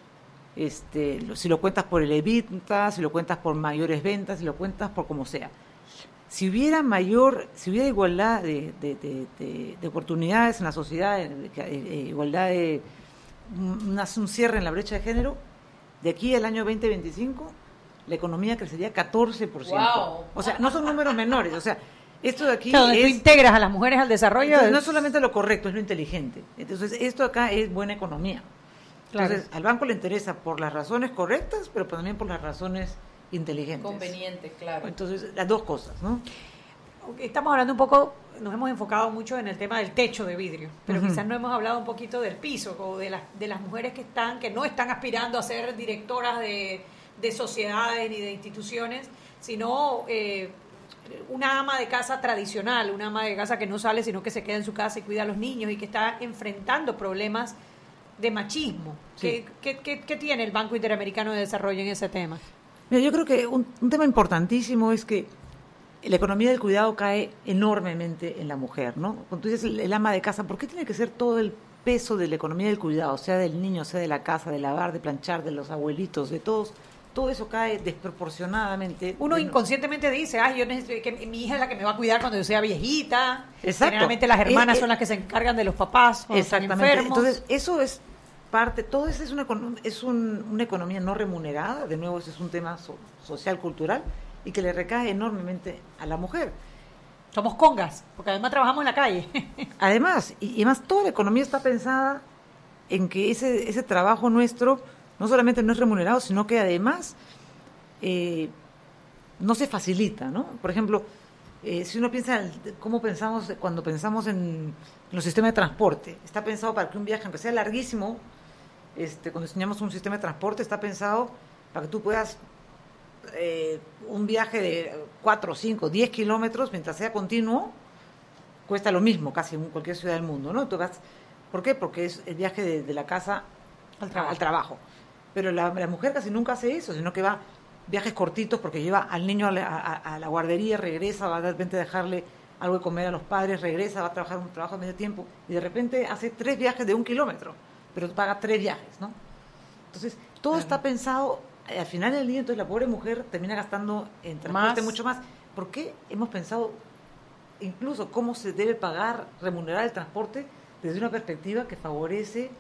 Este, si lo cuentas por el EBITDA, si lo cuentas por mayores ventas, si lo cuentas por como sea. Si hubiera mayor, si hubiera igualdad de, de, de, de, de oportunidades en la sociedad, de, de, igualdad de una, un cierre en la brecha de género, de aquí al año veinte veinticinco la economía crecería catorce por ciento. Wow. O sea, no son números menores, o sea, esto de aquí o sea, donde es, tú integras a las mujeres al desarrollo. Entonces, es... no es solamente lo correcto, es lo inteligente. Entonces, esto acá es buena economía. Claro. Entonces, al banco le interesa por las razones correctas, pero también por las razones inteligentes. Convenientes, claro. Entonces, las dos cosas, ¿no? Estamos hablando un poco, nos hemos enfocado mucho en el tema del techo de vidrio, pero uh-huh. quizás no hemos hablado un poquito del piso, o de las, de las mujeres que están, que no están aspirando a ser directoras de, de sociedades ni de instituciones, sino eh, una ama de casa tradicional, una ama de casa que no sale, sino que se queda en su casa y cuida a los niños y que está enfrentando problemas de machismo. Sí. ¿Qué, qué, qué tiene el Banco Interamericano de Desarrollo en ese tema? Mira, yo creo que un, un tema importantísimo es que la economía del cuidado cae enormemente en la mujer, ¿no? Cuando tú dices el, el ama de casa, ¿por qué tiene que ser todo el peso de la economía del cuidado, sea del niño, sea de la casa, de lavar, de planchar, de los abuelitos, de todos? Todo eso cae desproporcionadamente. Uno de inconscientemente dice, ay, yo necesito que mi hija es la que me va a cuidar cuando yo sea viejita. Exacto. Generalmente las hermanas es, son las que se encargan de los papás cuando exactamente. están enfermos. Entonces, eso es parte, todo eso es una, es un, una economía no remunerada, de nuevo, ese es un tema so, social, cultural, y que le recae enormemente a la mujer. Somos congas, porque además trabajamos en la calle. Además, y, y además toda la economía está pensada en que ese, ese trabajo nuestro no solamente no es remunerado, sino que además eh, no se facilita, ¿no? Por ejemplo, eh, si uno piensa en cómo pensamos cuando pensamos en los sistemas de transporte, está pensado para que un viaje, aunque sea larguísimo, este, cuando diseñamos un sistema de transporte, está pensado para que tú puedas eh, un viaje de cuatro, cinco, diez kilómetros, mientras sea continuo, cuesta lo mismo casi en cualquier ciudad del mundo, ¿no? Tú vas, ¿por qué? Porque es el viaje de, de la casa al trabajo. Al trabajo. Pero la, la mujer casi nunca hace eso, sino que va viajes cortitos porque lleva al niño a la, a, a la guardería, regresa, va de repente a dejarle algo de comer a los padres, regresa, va a trabajar un trabajo de medio tiempo y de repente hace tres viajes de un kilómetro, pero paga tres viajes, ¿no? Entonces, todo claro. está pensado, al final del día, entonces la pobre mujer termina gastando en transporte mucho más. ¿Por qué hemos pensado incluso cómo se debe pagar, remunerar el transporte desde una perspectiva que favorece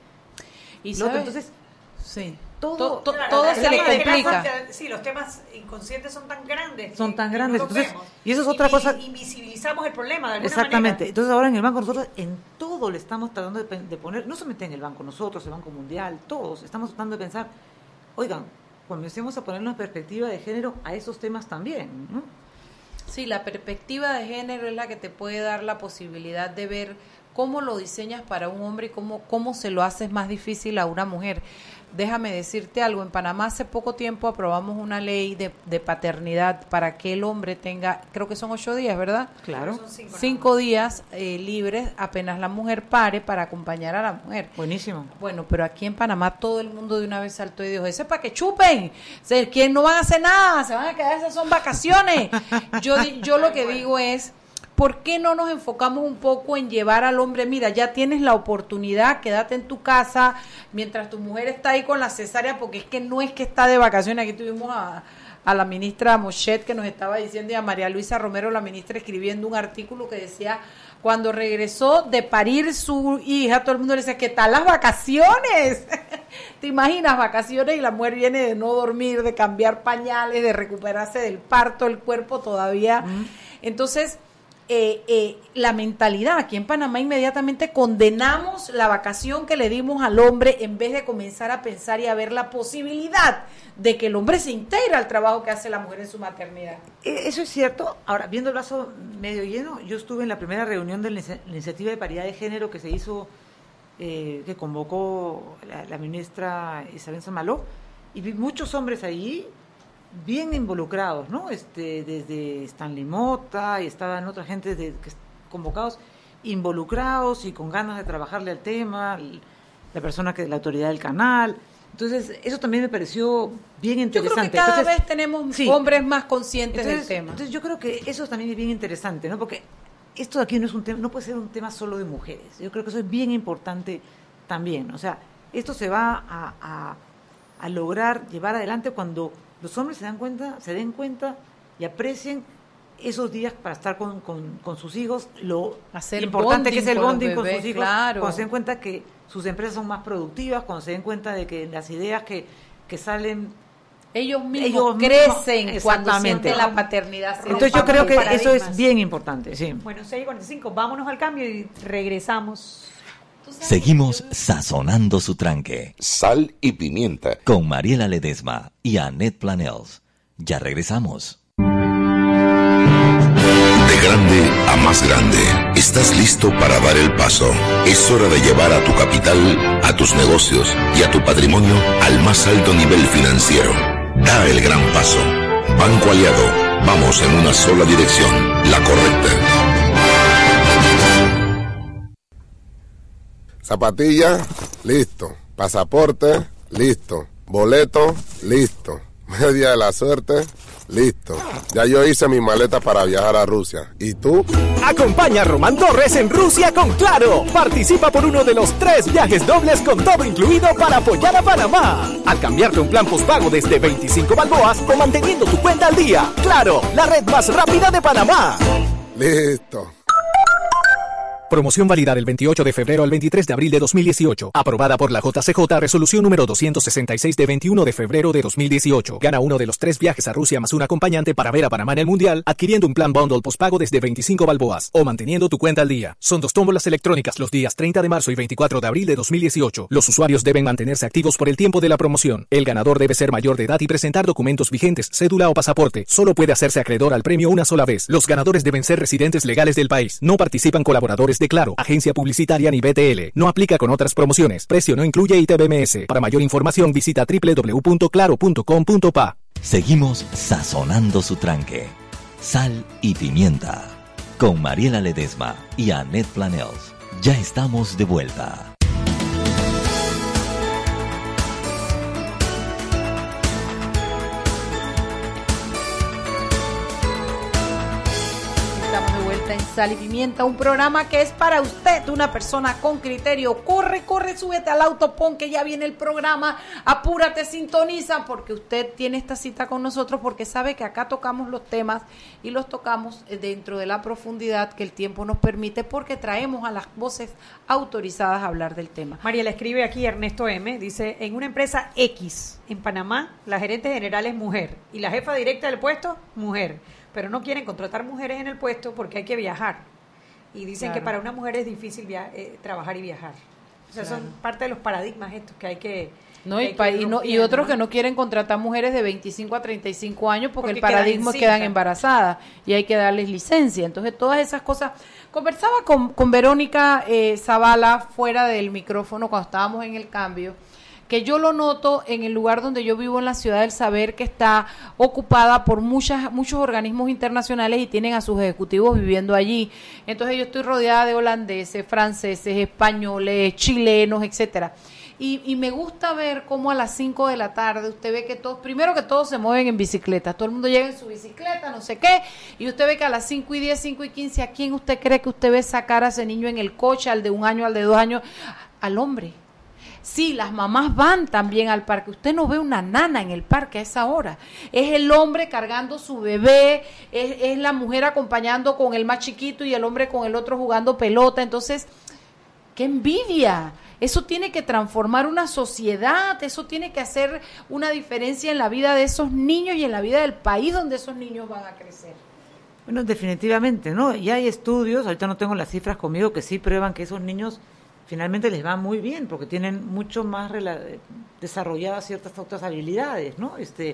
y lo otro? Entonces, sí. todo, todo, todo, claro, todo se le complica. Sí, los temas inconscientes son tan grandes. Son que, tan que grandes. No Entonces, y eso es otra Invi- cosa. Invisibilizamos el problema de alguna Exactamente. manera. Entonces, ahora en el banco nosotros en todo le estamos tratando de, de poner, no solamente en el banco, nosotros, el Banco Mundial, todos, estamos tratando de pensar, oigan, comencemos a poner una perspectiva de género a esos temas también, ¿no? Sí, la perspectiva de género es la que te puede dar la posibilidad de ver cómo lo diseñas para un hombre y cómo, cómo se lo haces más difícil a una mujer. Déjame decirte algo, en Panamá hace poco tiempo aprobamos una ley de, de paternidad para que el hombre tenga, creo que son ocho días, ¿verdad? Claro. Son cinco, Cinco días eh, libres apenas la mujer pare para acompañar a la mujer. Buenísimo. Bueno, pero aquí en Panamá todo el mundo de una vez saltó y dijo, ese es para que chupen, se, que no van a hacer nada, se van a quedar, esas son vacaciones. Yo, yo lo que digo es, ¿por qué no nos enfocamos un poco en llevar al hombre? Mira, ya tienes la oportunidad, quédate en tu casa mientras tu mujer está ahí con la cesárea, porque es que no es que está de vacaciones. Aquí tuvimos a, a la ministra Mochet que nos estaba diciendo y a María Luisa Romero, la ministra, escribiendo un artículo que decía, cuando regresó de parir su hija, todo el mundo le decía, ¿qué tal las vacaciones? ¿Te imaginas vacaciones y la mujer viene de no dormir, de cambiar pañales, de recuperarse del parto, el cuerpo todavía? Mm. Entonces... Eh, eh, la mentalidad aquí en Panamá inmediatamente condenamos la vacación que le dimos al hombre en vez de comenzar a pensar y a ver la posibilidad de que el hombre se integre al trabajo que hace la mujer en su maternidad. Eso es cierto. Ahora, viendo el vaso medio lleno, yo estuve en la primera reunión de la iniciativa de paridad de género que se hizo, eh, que convocó la, la ministra Isabel Samaló, y vi muchos hombres allí bien involucrados, ¿no? Este, desde Stanley Mota y estaban otra gente de, que, convocados, involucrados y con ganas de trabajarle al tema, la persona que la autoridad del canal. Entonces, eso también me pareció bien interesante. Yo creo que cada entonces, vez tenemos sí. hombres más conscientes entonces, del tema. Entonces, yo creo que eso también es bien interesante, ¿no? Porque esto de aquí no es un tema, no puede ser un tema solo de mujeres. Yo creo que eso es bien importante también. O sea, esto se va a, a, a lograr llevar adelante cuando los hombres se dan cuenta, se den cuenta y aprecien esos días para estar con, con, con sus hijos, lo Hacer importante que es el con bonding bebés, con sus hijos, claro. cuando se den cuenta que sus empresas son más productivas, cuando se den cuenta de que las ideas que, que salen ellos mismos ellos crecen mismos, cuando sienten la paternidad. Entonces yo creo que eso es bien importante. Sí. Bueno, seis y cuarenta y cinco, vámonos al cambio y regresamos. Seguimos sazonando su tranque. Sal y pimienta. Con Mariela Ledesma y Annette Planels. Ya regresamos. De grande a más grande, estás listo para dar el paso. Es hora de llevar a tu capital, a tus negocios y a tu patrimonio al más alto nivel financiero. Da el gran paso. Banco Aliado, vamos en una sola dirección, la correcta. Zapatilla, listo. Pasaporte, listo. Boleto, listo. Media de la suerte, listo. Ya yo hice mi maleta para viajar a Rusia. ¿Y tú? Acompaña a Román Torres en Rusia con Claro. Participa por uno de los tres viajes dobles con todo incluido para apoyar a Panamá. Al cambiarte un plan postpago desde veinticinco balboas o manteniendo tu cuenta al día. Claro, la red más rápida de Panamá. Listo. Promoción válida del veintiocho de febrero al veintitrés de abril de dos mil dieciocho. Aprobada por la J C J, resolución número doscientos sesenta y seis de veintiuno de febrero de dos mil dieciocho. Gana uno de los tres viajes a Rusia más un acompañante para ver a Panamá en el Mundial, adquiriendo un plan bundle pospago desde veinticinco balboas o manteniendo tu cuenta al día. Son dos tómbolas electrónicas los días treinta de marzo y veinticuatro de abril de dos mil dieciocho. Los usuarios deben mantenerse activos por el tiempo de la promoción. El ganador debe ser mayor de edad y presentar documentos vigentes, cédula o pasaporte. Solo puede hacerse acreedor al premio una sola vez. Los ganadores deben ser residentes legales del país. No participan colaboradores de Claro, agencia publicitaria ni B T L. No aplica con otras promociones. Precio no incluye I T B M S. Para mayor información visita doble u doble u doble u punto claro punto com punto pa. Seguimos sazonando su tranque. Sal y pimienta. Con Mariela Ledesma y Annette Planels. Ya estamos de vuelta. En Sal y Pimienta, un programa que es para usted, una persona con criterio. Corre, corre, súbete al auto, pon que ya viene el programa, apúrate, sintoniza, porque usted tiene esta cita con nosotros, porque sabe que acá tocamos los temas y los tocamos dentro de la profundidad que el tiempo nos permite, porque traemos a las voces autorizadas a hablar del tema. María le escribe aquí Ernesto M, dice, en una empresa X en Panamá, la gerente general es mujer y la jefa directa del puesto, mujer. Pero no quieren contratar mujeres en el puesto porque hay que viajar. Y dicen claro. que para una mujer es difícil via- eh, trabajar y viajar. O sea, claro. son parte de los paradigmas estos que hay que... No, y, que pa- y, no, y otros ¿no? que no quieren contratar mujeres de veinticinco a treinta y cinco años porque, porque el paradigma quedan, quedan embarazadas y hay que darles licencia. Entonces, todas esas cosas... Conversaba con, con Verónica eh, Zavala fuera del micrófono cuando estábamos en el cambio, que yo lo noto en el lugar donde yo vivo, en la Ciudad del Saber, que está ocupada por muchas muchos organismos internacionales y tienen a sus ejecutivos viviendo allí. Entonces yo estoy rodeada de holandeses, franceses, españoles, chilenos, etcétera. Y, y me gusta ver cómo a las cinco de la tarde usted ve que todos, primero que todos se mueven en bicicleta, todo el mundo llega en su bicicleta, no sé qué, y usted ve que a las cinco y diez, cinco y quince, ¿a quién usted cree que usted ve sacar a ese niño en el coche, al de un año, al de dos años? Al hombre. Sí, las mamás van también al parque. Usted no ve una nana en el parque a esa hora. Es el hombre cargando su bebé, es, es la mujer acompañando con el más chiquito y el hombre con el otro jugando pelota. Entonces, ¡qué envidia! Eso tiene que transformar una sociedad, eso tiene que hacer una diferencia en la vida de esos niños y en la vida del país donde esos niños van a crecer. Bueno, definitivamente, ¿no? Ya hay estudios, ahorita no tengo las cifras conmigo, que sí prueban que esos niños finalmente les va muy bien porque tienen mucho más rela- desarrolladas ciertas otras habilidades, ¿no? Este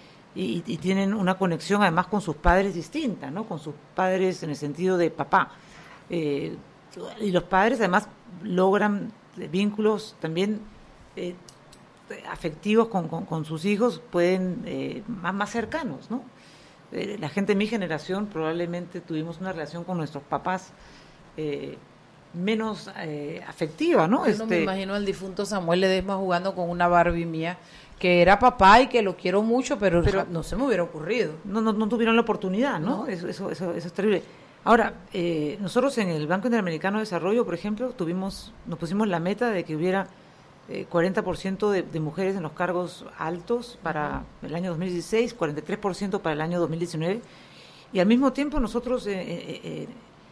y, y tienen una conexión además con sus padres distinta, ¿no? Con sus padres en el sentido de papá. Eh, y los padres además logran vínculos también eh, afectivos con, con, con sus hijos, pueden eh, más, más cercanos, ¿no? Eh, la gente de mi generación probablemente tuvimos una relación con nuestros papás eh, menos eh, afectiva, ¿no? Yo este... no me imagino al difunto Samuel Ledesma jugando con una Barbie mía, que era papá y que lo quiero mucho, pero, pero no se me hubiera ocurrido. No, no, no tuvieron la oportunidad, ¿no? ¿no? Eso, eso, eso, eso es terrible. Ahora, eh, nosotros en el Banco Interamericano de Desarrollo, por ejemplo, tuvimos, nos pusimos la meta de que hubiera eh, cuarenta por ciento de, de mujeres en los cargos altos para uh-huh. el año dos mil dieciséis, cuarenta y tres por ciento para el año dos mil diecinueve, y al mismo tiempo nosotros eh, eh, eh,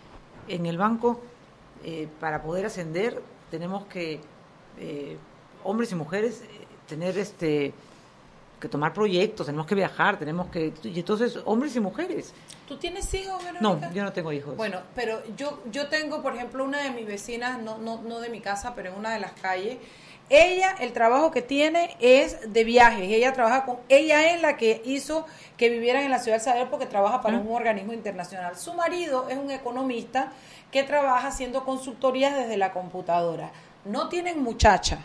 en el banco, eh, para poder ascender, tenemos que, eh, hombres y mujeres, eh, tener este que tomar proyectos, tenemos que viajar, tenemos que... Y entonces, hombres y mujeres... ¿Tú tienes hijos, Verónica? No, yo no tengo hijos. Bueno, pero yo yo tengo, por ejemplo, una de mis vecinas, no no no de mi casa, pero en una de las calles. Ella, el trabajo que tiene es de viajes. Ella trabaja con... Ella es la que hizo que vivieran en la Ciudad del Saber porque trabaja para ¿Mm? un organismo internacional. Su marido es un economista que trabaja haciendo consultorías desde la computadora. No tienen muchacha.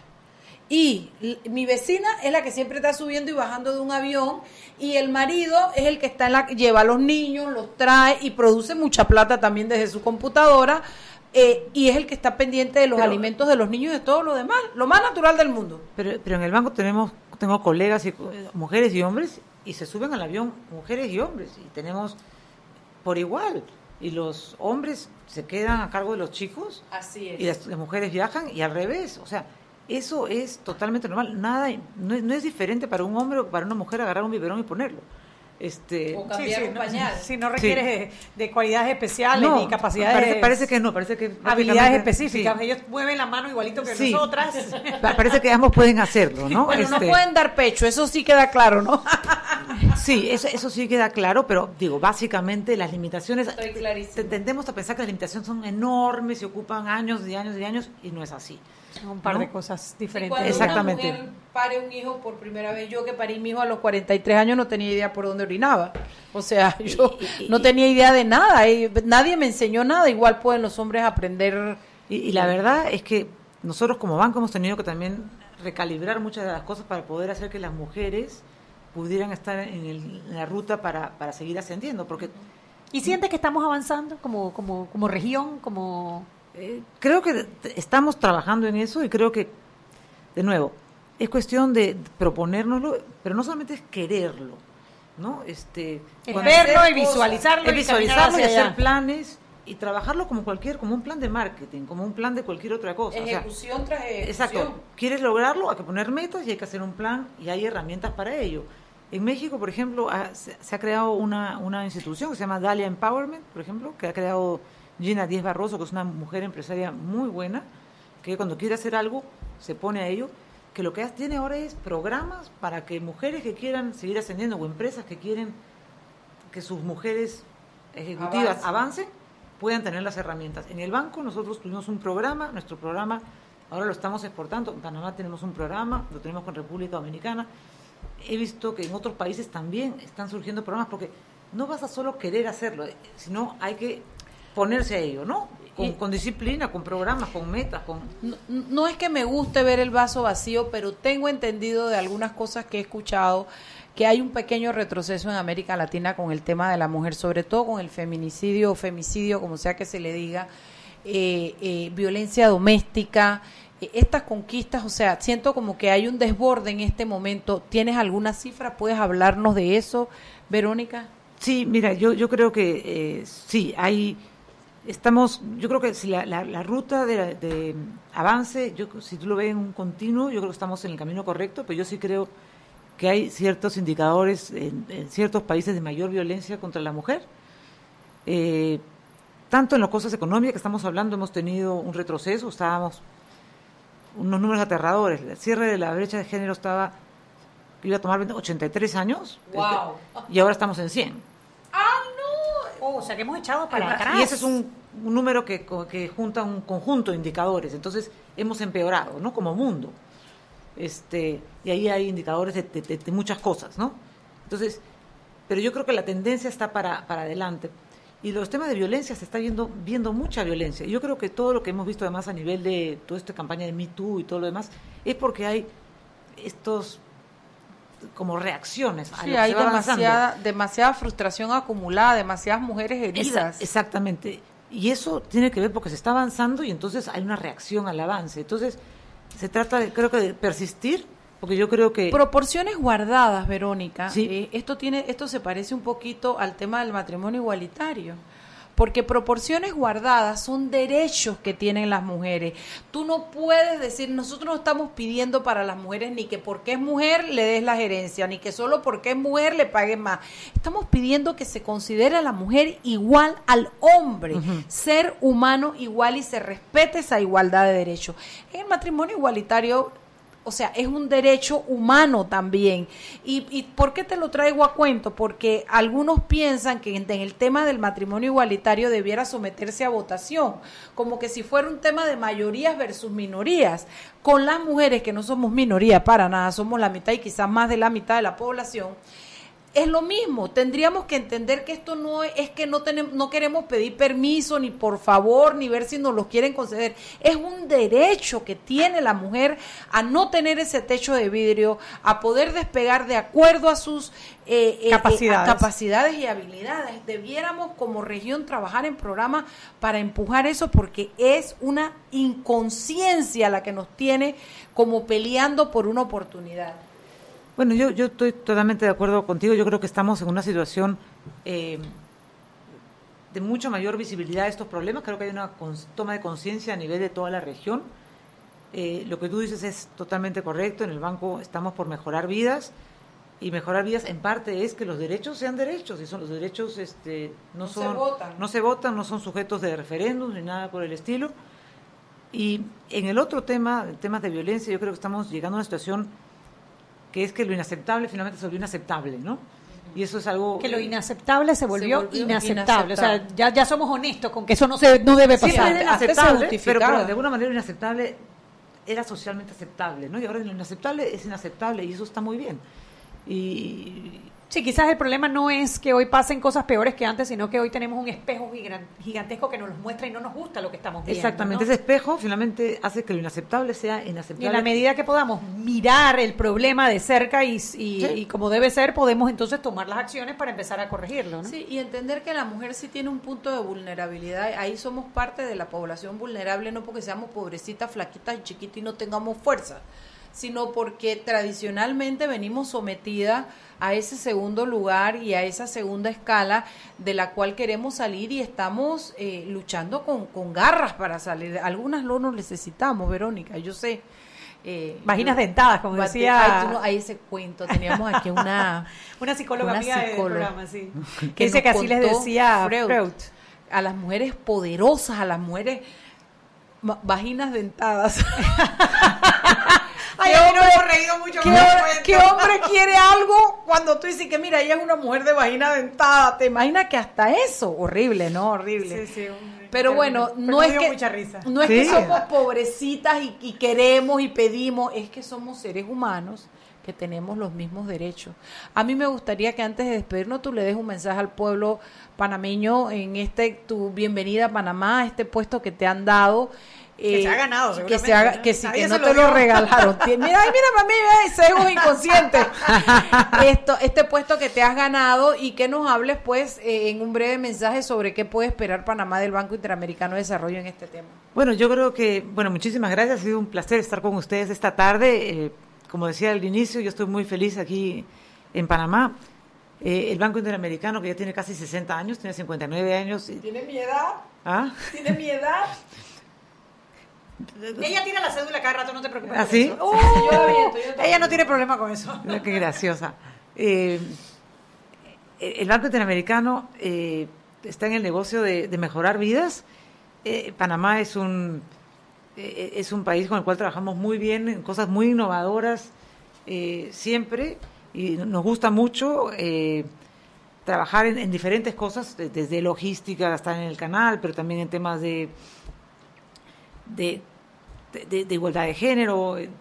Y mi vecina es la que siempre está subiendo y bajando de un avión, y el marido es el que está en la lleva a los niños, los trae y produce mucha plata también desde su computadora, eh, y es el que está pendiente de los pero, alimentos de los niños y de todo lo demás, lo más natural del mundo. Pero, pero en el banco tenemos tengo colegas, y, mujeres y hombres, y se suben al avión mujeres y hombres, y tenemos por igual, y los hombres se quedan a cargo de los chicos, así es, y las, las mujeres viajan, y al revés, o sea... Eso es totalmente normal. Nada, no es, no es diferente para un hombre o para una mujer agarrar un biberón y ponerlo. Este, o cambiar sí, un sí, pañal. Si no requiere sí. de, de cualidades especiales no, ni capacidades. Parece, parece que no, parece que habilidades específicas. Sí. Ellos mueven la mano igualito que sí. nosotras. Parece que ambos pueden hacerlo, ¿no? Bueno, este, no pueden dar pecho, eso sí queda claro, ¿no? Sí, eso, eso sí queda claro, pero digo, básicamente las limitaciones, Estoy clarísimo. tendemos a pensar que las limitaciones son enormes y ocupan años y años y años, y no es así. Son un par ¿no? de cosas diferentes. Cuando Exactamente. una mujer pare un hijo por primera vez, yo que parí mi hijo a los cuarenta y tres años no tenía idea por dónde orinaba. O sea, yo y, y, no tenía idea de nada, y nadie me enseñó nada, igual pueden los hombres aprender. Y, y la verdad es que nosotros como banco hemos tenido que también recalibrar muchas de las cosas para poder hacer que las mujeres pudieran estar en, el, en la ruta para, para seguir ascendiendo, porque ¿y sientes que estamos avanzando como como como región, como eh, creo que estamos trabajando en eso, y creo que de nuevo es cuestión de proponérnoslo, pero no solamente es quererlo, ¿no? Este, es verlo y visualizarlo, es visualizarlo y, y hacer allá. planes y trabajarlo como cualquier, como un plan de marketing, como un plan de cualquier otra cosa. Ejecución o sea, tras ejecución. Exacto. ¿Quieres lograrlo? Hay que poner metas y hay que hacer un plan, y hay herramientas para ello. En México, por ejemplo, ha, se, se ha creado una, una institución que se llama Dalia Empowerment, por ejemplo, que ha creado Gina Díez Barroso, que es una mujer empresaria muy buena, que cuando quiere hacer algo se pone a ello, que lo que tiene ahora es programas para que mujeres que quieran seguir ascendiendo o empresas que quieren que sus mujeres ejecutivas avancen, avancen puedan tener las herramientas. En el banco nosotros tuvimos un programa, nuestro programa ahora lo estamos exportando, en Panamá tenemos un programa, lo tenemos con República Dominicana. He visto que en otros países también están surgiendo programas, porque no vas a solo querer hacerlo, sino hay que ponerse a ello, ¿no? Con, y, con disciplina, con programas, con metas, con... No, no es que me guste ver el vaso vacío, pero tengo entendido de algunas cosas que he escuchado que hay un pequeño retroceso en América Latina con el tema de la mujer, sobre todo con el feminicidio o femicidio, como sea que se le diga, eh, eh, violencia doméstica, eh, estas conquistas, o sea, siento como que hay un desborde en este momento. ¿Tienes alguna cifra? ¿Puedes hablarnos de eso, Verónica? Sí, mira, yo yo creo que eh, sí, hay... Estamos, yo creo que si la, la, la ruta de, de avance, yo si tú lo ves en un continuo, yo creo que estamos en el camino correcto, pero yo sí creo que hay ciertos indicadores en, en ciertos países de mayor violencia contra la mujer. Eh, tanto en las cosas económicas que estamos hablando, hemos tenido un retroceso, estábamos unos números aterradores. El cierre de la brecha de género estaba, iba a tomar ochenta y tres años, wow. este, y ahora estamos en cien. ¡Ah, no! Oh, o sea, que hemos echado para atrás. Y ese es un, un número que, que junta un conjunto de indicadores. Entonces, hemos empeorado, ¿no? Como mundo. Este, y ahí hay indicadores de, de, de muchas cosas, ¿no? Entonces, pero yo creo que la tendencia está para, para adelante. Y los temas de violencia, se está viendo, viendo mucha violencia. Y yo creo que todo lo que hemos visto además a nivel de toda esta campaña de Me Too y todo lo demás, es porque hay estos como reacciones a sí, lo que hay se va demasiada, avanzando. demasiada frustración acumulada, demasiadas mujeres heridas. Esa, exactamente. Y eso tiene que ver porque se está avanzando y entonces hay una reacción al avance. Entonces, se trata, de, creo que, de persistir, porque yo creo que... Proporciones guardadas, Verónica. Sí. Eh, esto tiene, esto se parece un poquito al tema del matrimonio igualitario. Porque proporciones guardadas son derechos que tienen las mujeres. Tú no puedes decir, nosotros no estamos pidiendo para las mujeres ni que porque es mujer le des la gerencia, ni que solo porque es mujer le paguen más. Estamos pidiendo que se considere a la mujer igual al hombre, uh-huh. ser humano igual y se respete esa igualdad de derechos. En el matrimonio igualitario, o sea, es un derecho humano también. ¿Y, y por qué te lo traigo a cuento? Porque algunos piensan que en, en el tema del matrimonio igualitario debiera someterse a votación, como que si fuera un tema de mayorías versus minorías. Con las mujeres, que no somos minoría para nada, somos la mitad y quizás más de la mitad de la población, es lo mismo. Tendríamos que entender que esto no es, es que no tenemos, no queremos pedir permiso, ni por favor, ni ver si nos los quieren conceder. Es un derecho que tiene la mujer a no tener ese techo de vidrio, a poder despegar de acuerdo a sus eh, capacidades. Eh, capacidades y habilidades. Debiéramos como región trabajar en programas para empujar eso, porque es una inconsciencia la que nos tiene como peleando por una oportunidad. Bueno, yo, yo estoy totalmente de acuerdo contigo. Yo creo que estamos en una situación eh, de mucha mayor visibilidad de estos problemas. Creo que hay una cons- toma de conciencia a nivel de toda la región. Eh, lo que tú dices es totalmente correcto. En el banco estamos por mejorar vidas. y mejorar vidas en parte es que los derechos sean derechos, y son los derechos este no, No son se votan. no se votan, no son sujetos de referéndum ni nada por el estilo. Y en el otro tema, en temas de violencia, yo creo que estamos llegando a una situación que es que lo inaceptable finalmente se volvió inaceptable, ¿no? Y eso es algo... Que lo inaceptable se volvió, Se volvió inaceptable. inaceptable. O sea, ya, ya somos honestos con que eso no se no debe Sí, pasar. era antes se inaceptable, justificaba. pero, pero de alguna manera lo inaceptable era socialmente aceptable, ¿no? Y ahora lo inaceptable es inaceptable y eso está muy bien. Y Sí, quizás el problema no es que hoy pasen cosas peores que antes, sino que hoy tenemos un espejo gigan- gigantesco que nos los muestra y no nos gusta lo que estamos viendo. exactamente, ¿no? ese espejo finalmente hace que lo inaceptable sea Y inaceptable. en la medida que podamos mirar el problema de cerca y, y, Sí. y como debe ser, podemos entonces tomar las acciones para empezar a corregirlo, ¿no? Sí, y entender que la mujer sí tiene un punto de vulnerabilidad. Ahí somos parte de la población vulnerable, no porque seamos pobrecitas, flaquitas y chiquitas y no tengamos fuerza, sino porque tradicionalmente venimos sometidas a ese segundo lugar y a esa segunda escala de la cual queremos salir y estamos eh, luchando con, con garras para salir. Algunas no nos necesitamos, Verónica, yo sé. Eh, Vaginas dentadas, como bate- decía- Ay, tú no- ahí ese cuento, teníamos aquí una... Una psicóloga una amiga del psicóloga programa, sí. que Que dice nos que así les contó decía Freud, Freud. a las mujeres poderosas, a las mujeres ma- vaginas dentadas. Ay, ¿Qué a mí no hombre- me he reído mucho ¿Qué, con ese hombre- cuento. qué hombre quiere algo cuando tú dices que mira, ella es una mujer de vagina dentada? ¿Te imaginas que hasta eso? Horrible, ¿no? Horrible. Sí, sí, hombre. Pero bueno, Pero no me es dio que mucha risa. no es Sí. que somos pobrecitas y, y queremos y pedimos, es que somos seres humanos que tenemos los mismos derechos. A mí me gustaría que antes de despedirnos tú le des un mensaje al pueblo panameño en este tu bienvenida a Panamá, este puesto que te han dado. Que eh, se ha ganado, que seguramente, se haga, ¿no? que sí, Nadie que se no lo te lo dio. regalaron. Tien- Mira, ay, mira, mami, ve, cegos inconscientes. Esto, este puesto que te has ganado y que nos hables, pues, eh, en un breve mensaje sobre qué puede esperar Panamá del Banco Interamericano de Desarrollo en este tema. Bueno, yo creo que, bueno, muchísimas gracias, ha sido un placer estar con ustedes esta tarde. Eh, como decía al inicio, yo estoy muy feliz aquí en Panamá. Eh, el Banco Interamericano, que ya tiene casi sesenta años, tiene cincuenta y nueve años. y- ¿Tiene mi edad? ¿Ah? ¿Tiene mi edad? Ella tira la cédula cada rato, no te preocupes. ¿Ah, por sí? eso. Uh, yo la aviento, yo también. Ella no tiene problema con eso. Mira qué graciosa. Eh, el Banco Interamericano eh, está en el negocio de, de mejorar vidas. Eh, Panamá es un eh, es un país con el cual trabajamos muy bien en cosas muy innovadoras eh, siempre y nos gusta mucho eh, trabajar en, en diferentes cosas, de- desde logística hasta en el canal, pero también en temas de de, de, de igualdad de género, eh,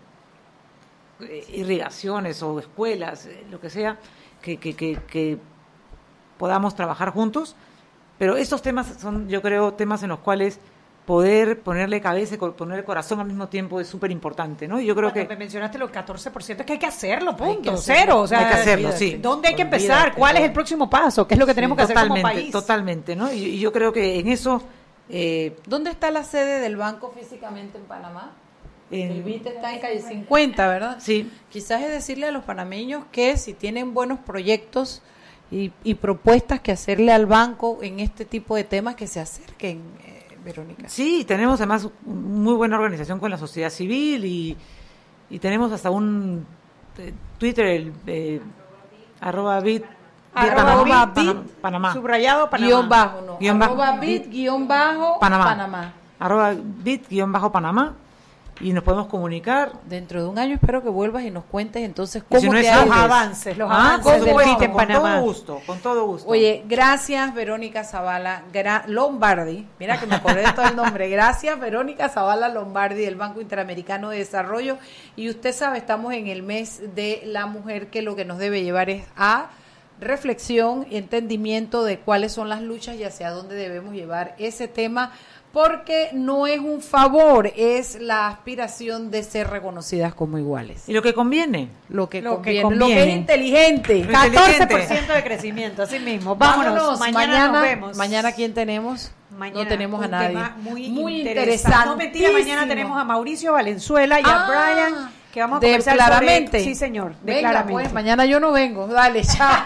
irrigaciones o escuelas, eh, lo que sea, que, que, que, que podamos trabajar juntos. Pero estos temas son, yo creo, temas en los cuales poder ponerle cabeza y co- poner corazón al mismo tiempo es súper importante, ¿no? Y yo creo Cuando que... me mencionaste los catorce por ciento, es que hay que hacerlo, punto, Hay que hacerlo. cero. O sea, Hay que hacerlo, olvídate. sí. ¿Dónde hay que empezar? Olvídate, ¿Cuál es sí. el próximo paso? ¿Qué es lo que tenemos que hacer como totalmente, país? totalmente, ¿no? Y, y yo creo que en eso... eh, ¿Dónde está la sede del banco físicamente en Panamá? En- El B I T está en calle cincuenta, ¿verdad? Sí. Quizás es decirle a los panameños que si tienen buenos proyectos y, y propuestas que hacerle al banco en este tipo de temas, que se acerquen, eh, Verónica. Sí, tenemos además muy buena organización con la sociedad civil y, y tenemos hasta un eh, Twitter, el eh, arroba bit, Arroba Panamá, bit, Panamá, Panamá. Subrayado Panamá. Guión bajo, no. Guión bajo, Arroba bit, bit, guión bajo, Panamá. Panamá. Arroba bit guión bajo Panamá y nos podemos comunicar. Dentro de un año espero que vuelvas y nos cuentes entonces Y cómo si no te es ha antes. ido. avances, los Ah, avances por del supuesto, B I T en con Panamá. todo gusto, con todo gusto. Oye, gracias Verónica Zavala Gra- Lombardi, mira que me acordé de todo el nombre, gracias Verónica Zavala Lombardi del Banco Interamericano de Desarrollo, y usted sabe, estamos en el mes de la mujer, que lo que nos debe llevar es a reflexión y entendimiento de cuáles son las luchas y hacia dónde debemos llevar ese tema, porque no es un favor, es la aspiración de ser reconocidas como iguales. Y lo que conviene. Lo que, Lo que conviene, lo que es conviene. inteligente. Lo catorce por ciento de crecimiento, así mismo. Vámonos, mañana, nos vemos. Mañana, ¿quién tenemos? Mañana, no tenemos a un nadie. tema muy, Muy interesante. No, mentira, mañana interesantísimo. tenemos a Mauricio Valenzuela y Ah, a Brian, que vamos a de conversar Claramente. sobre... Sí, señor, de Venga, Claramente. pues, mañana yo no vengo. Dale, chao.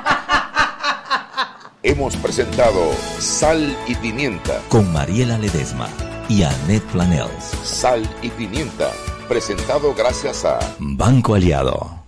Hemos presentado Sal y Pimienta. Con Mariela Ledesma y Annette Planels. Sal y Pimienta, presentado gracias a Banco Aliado.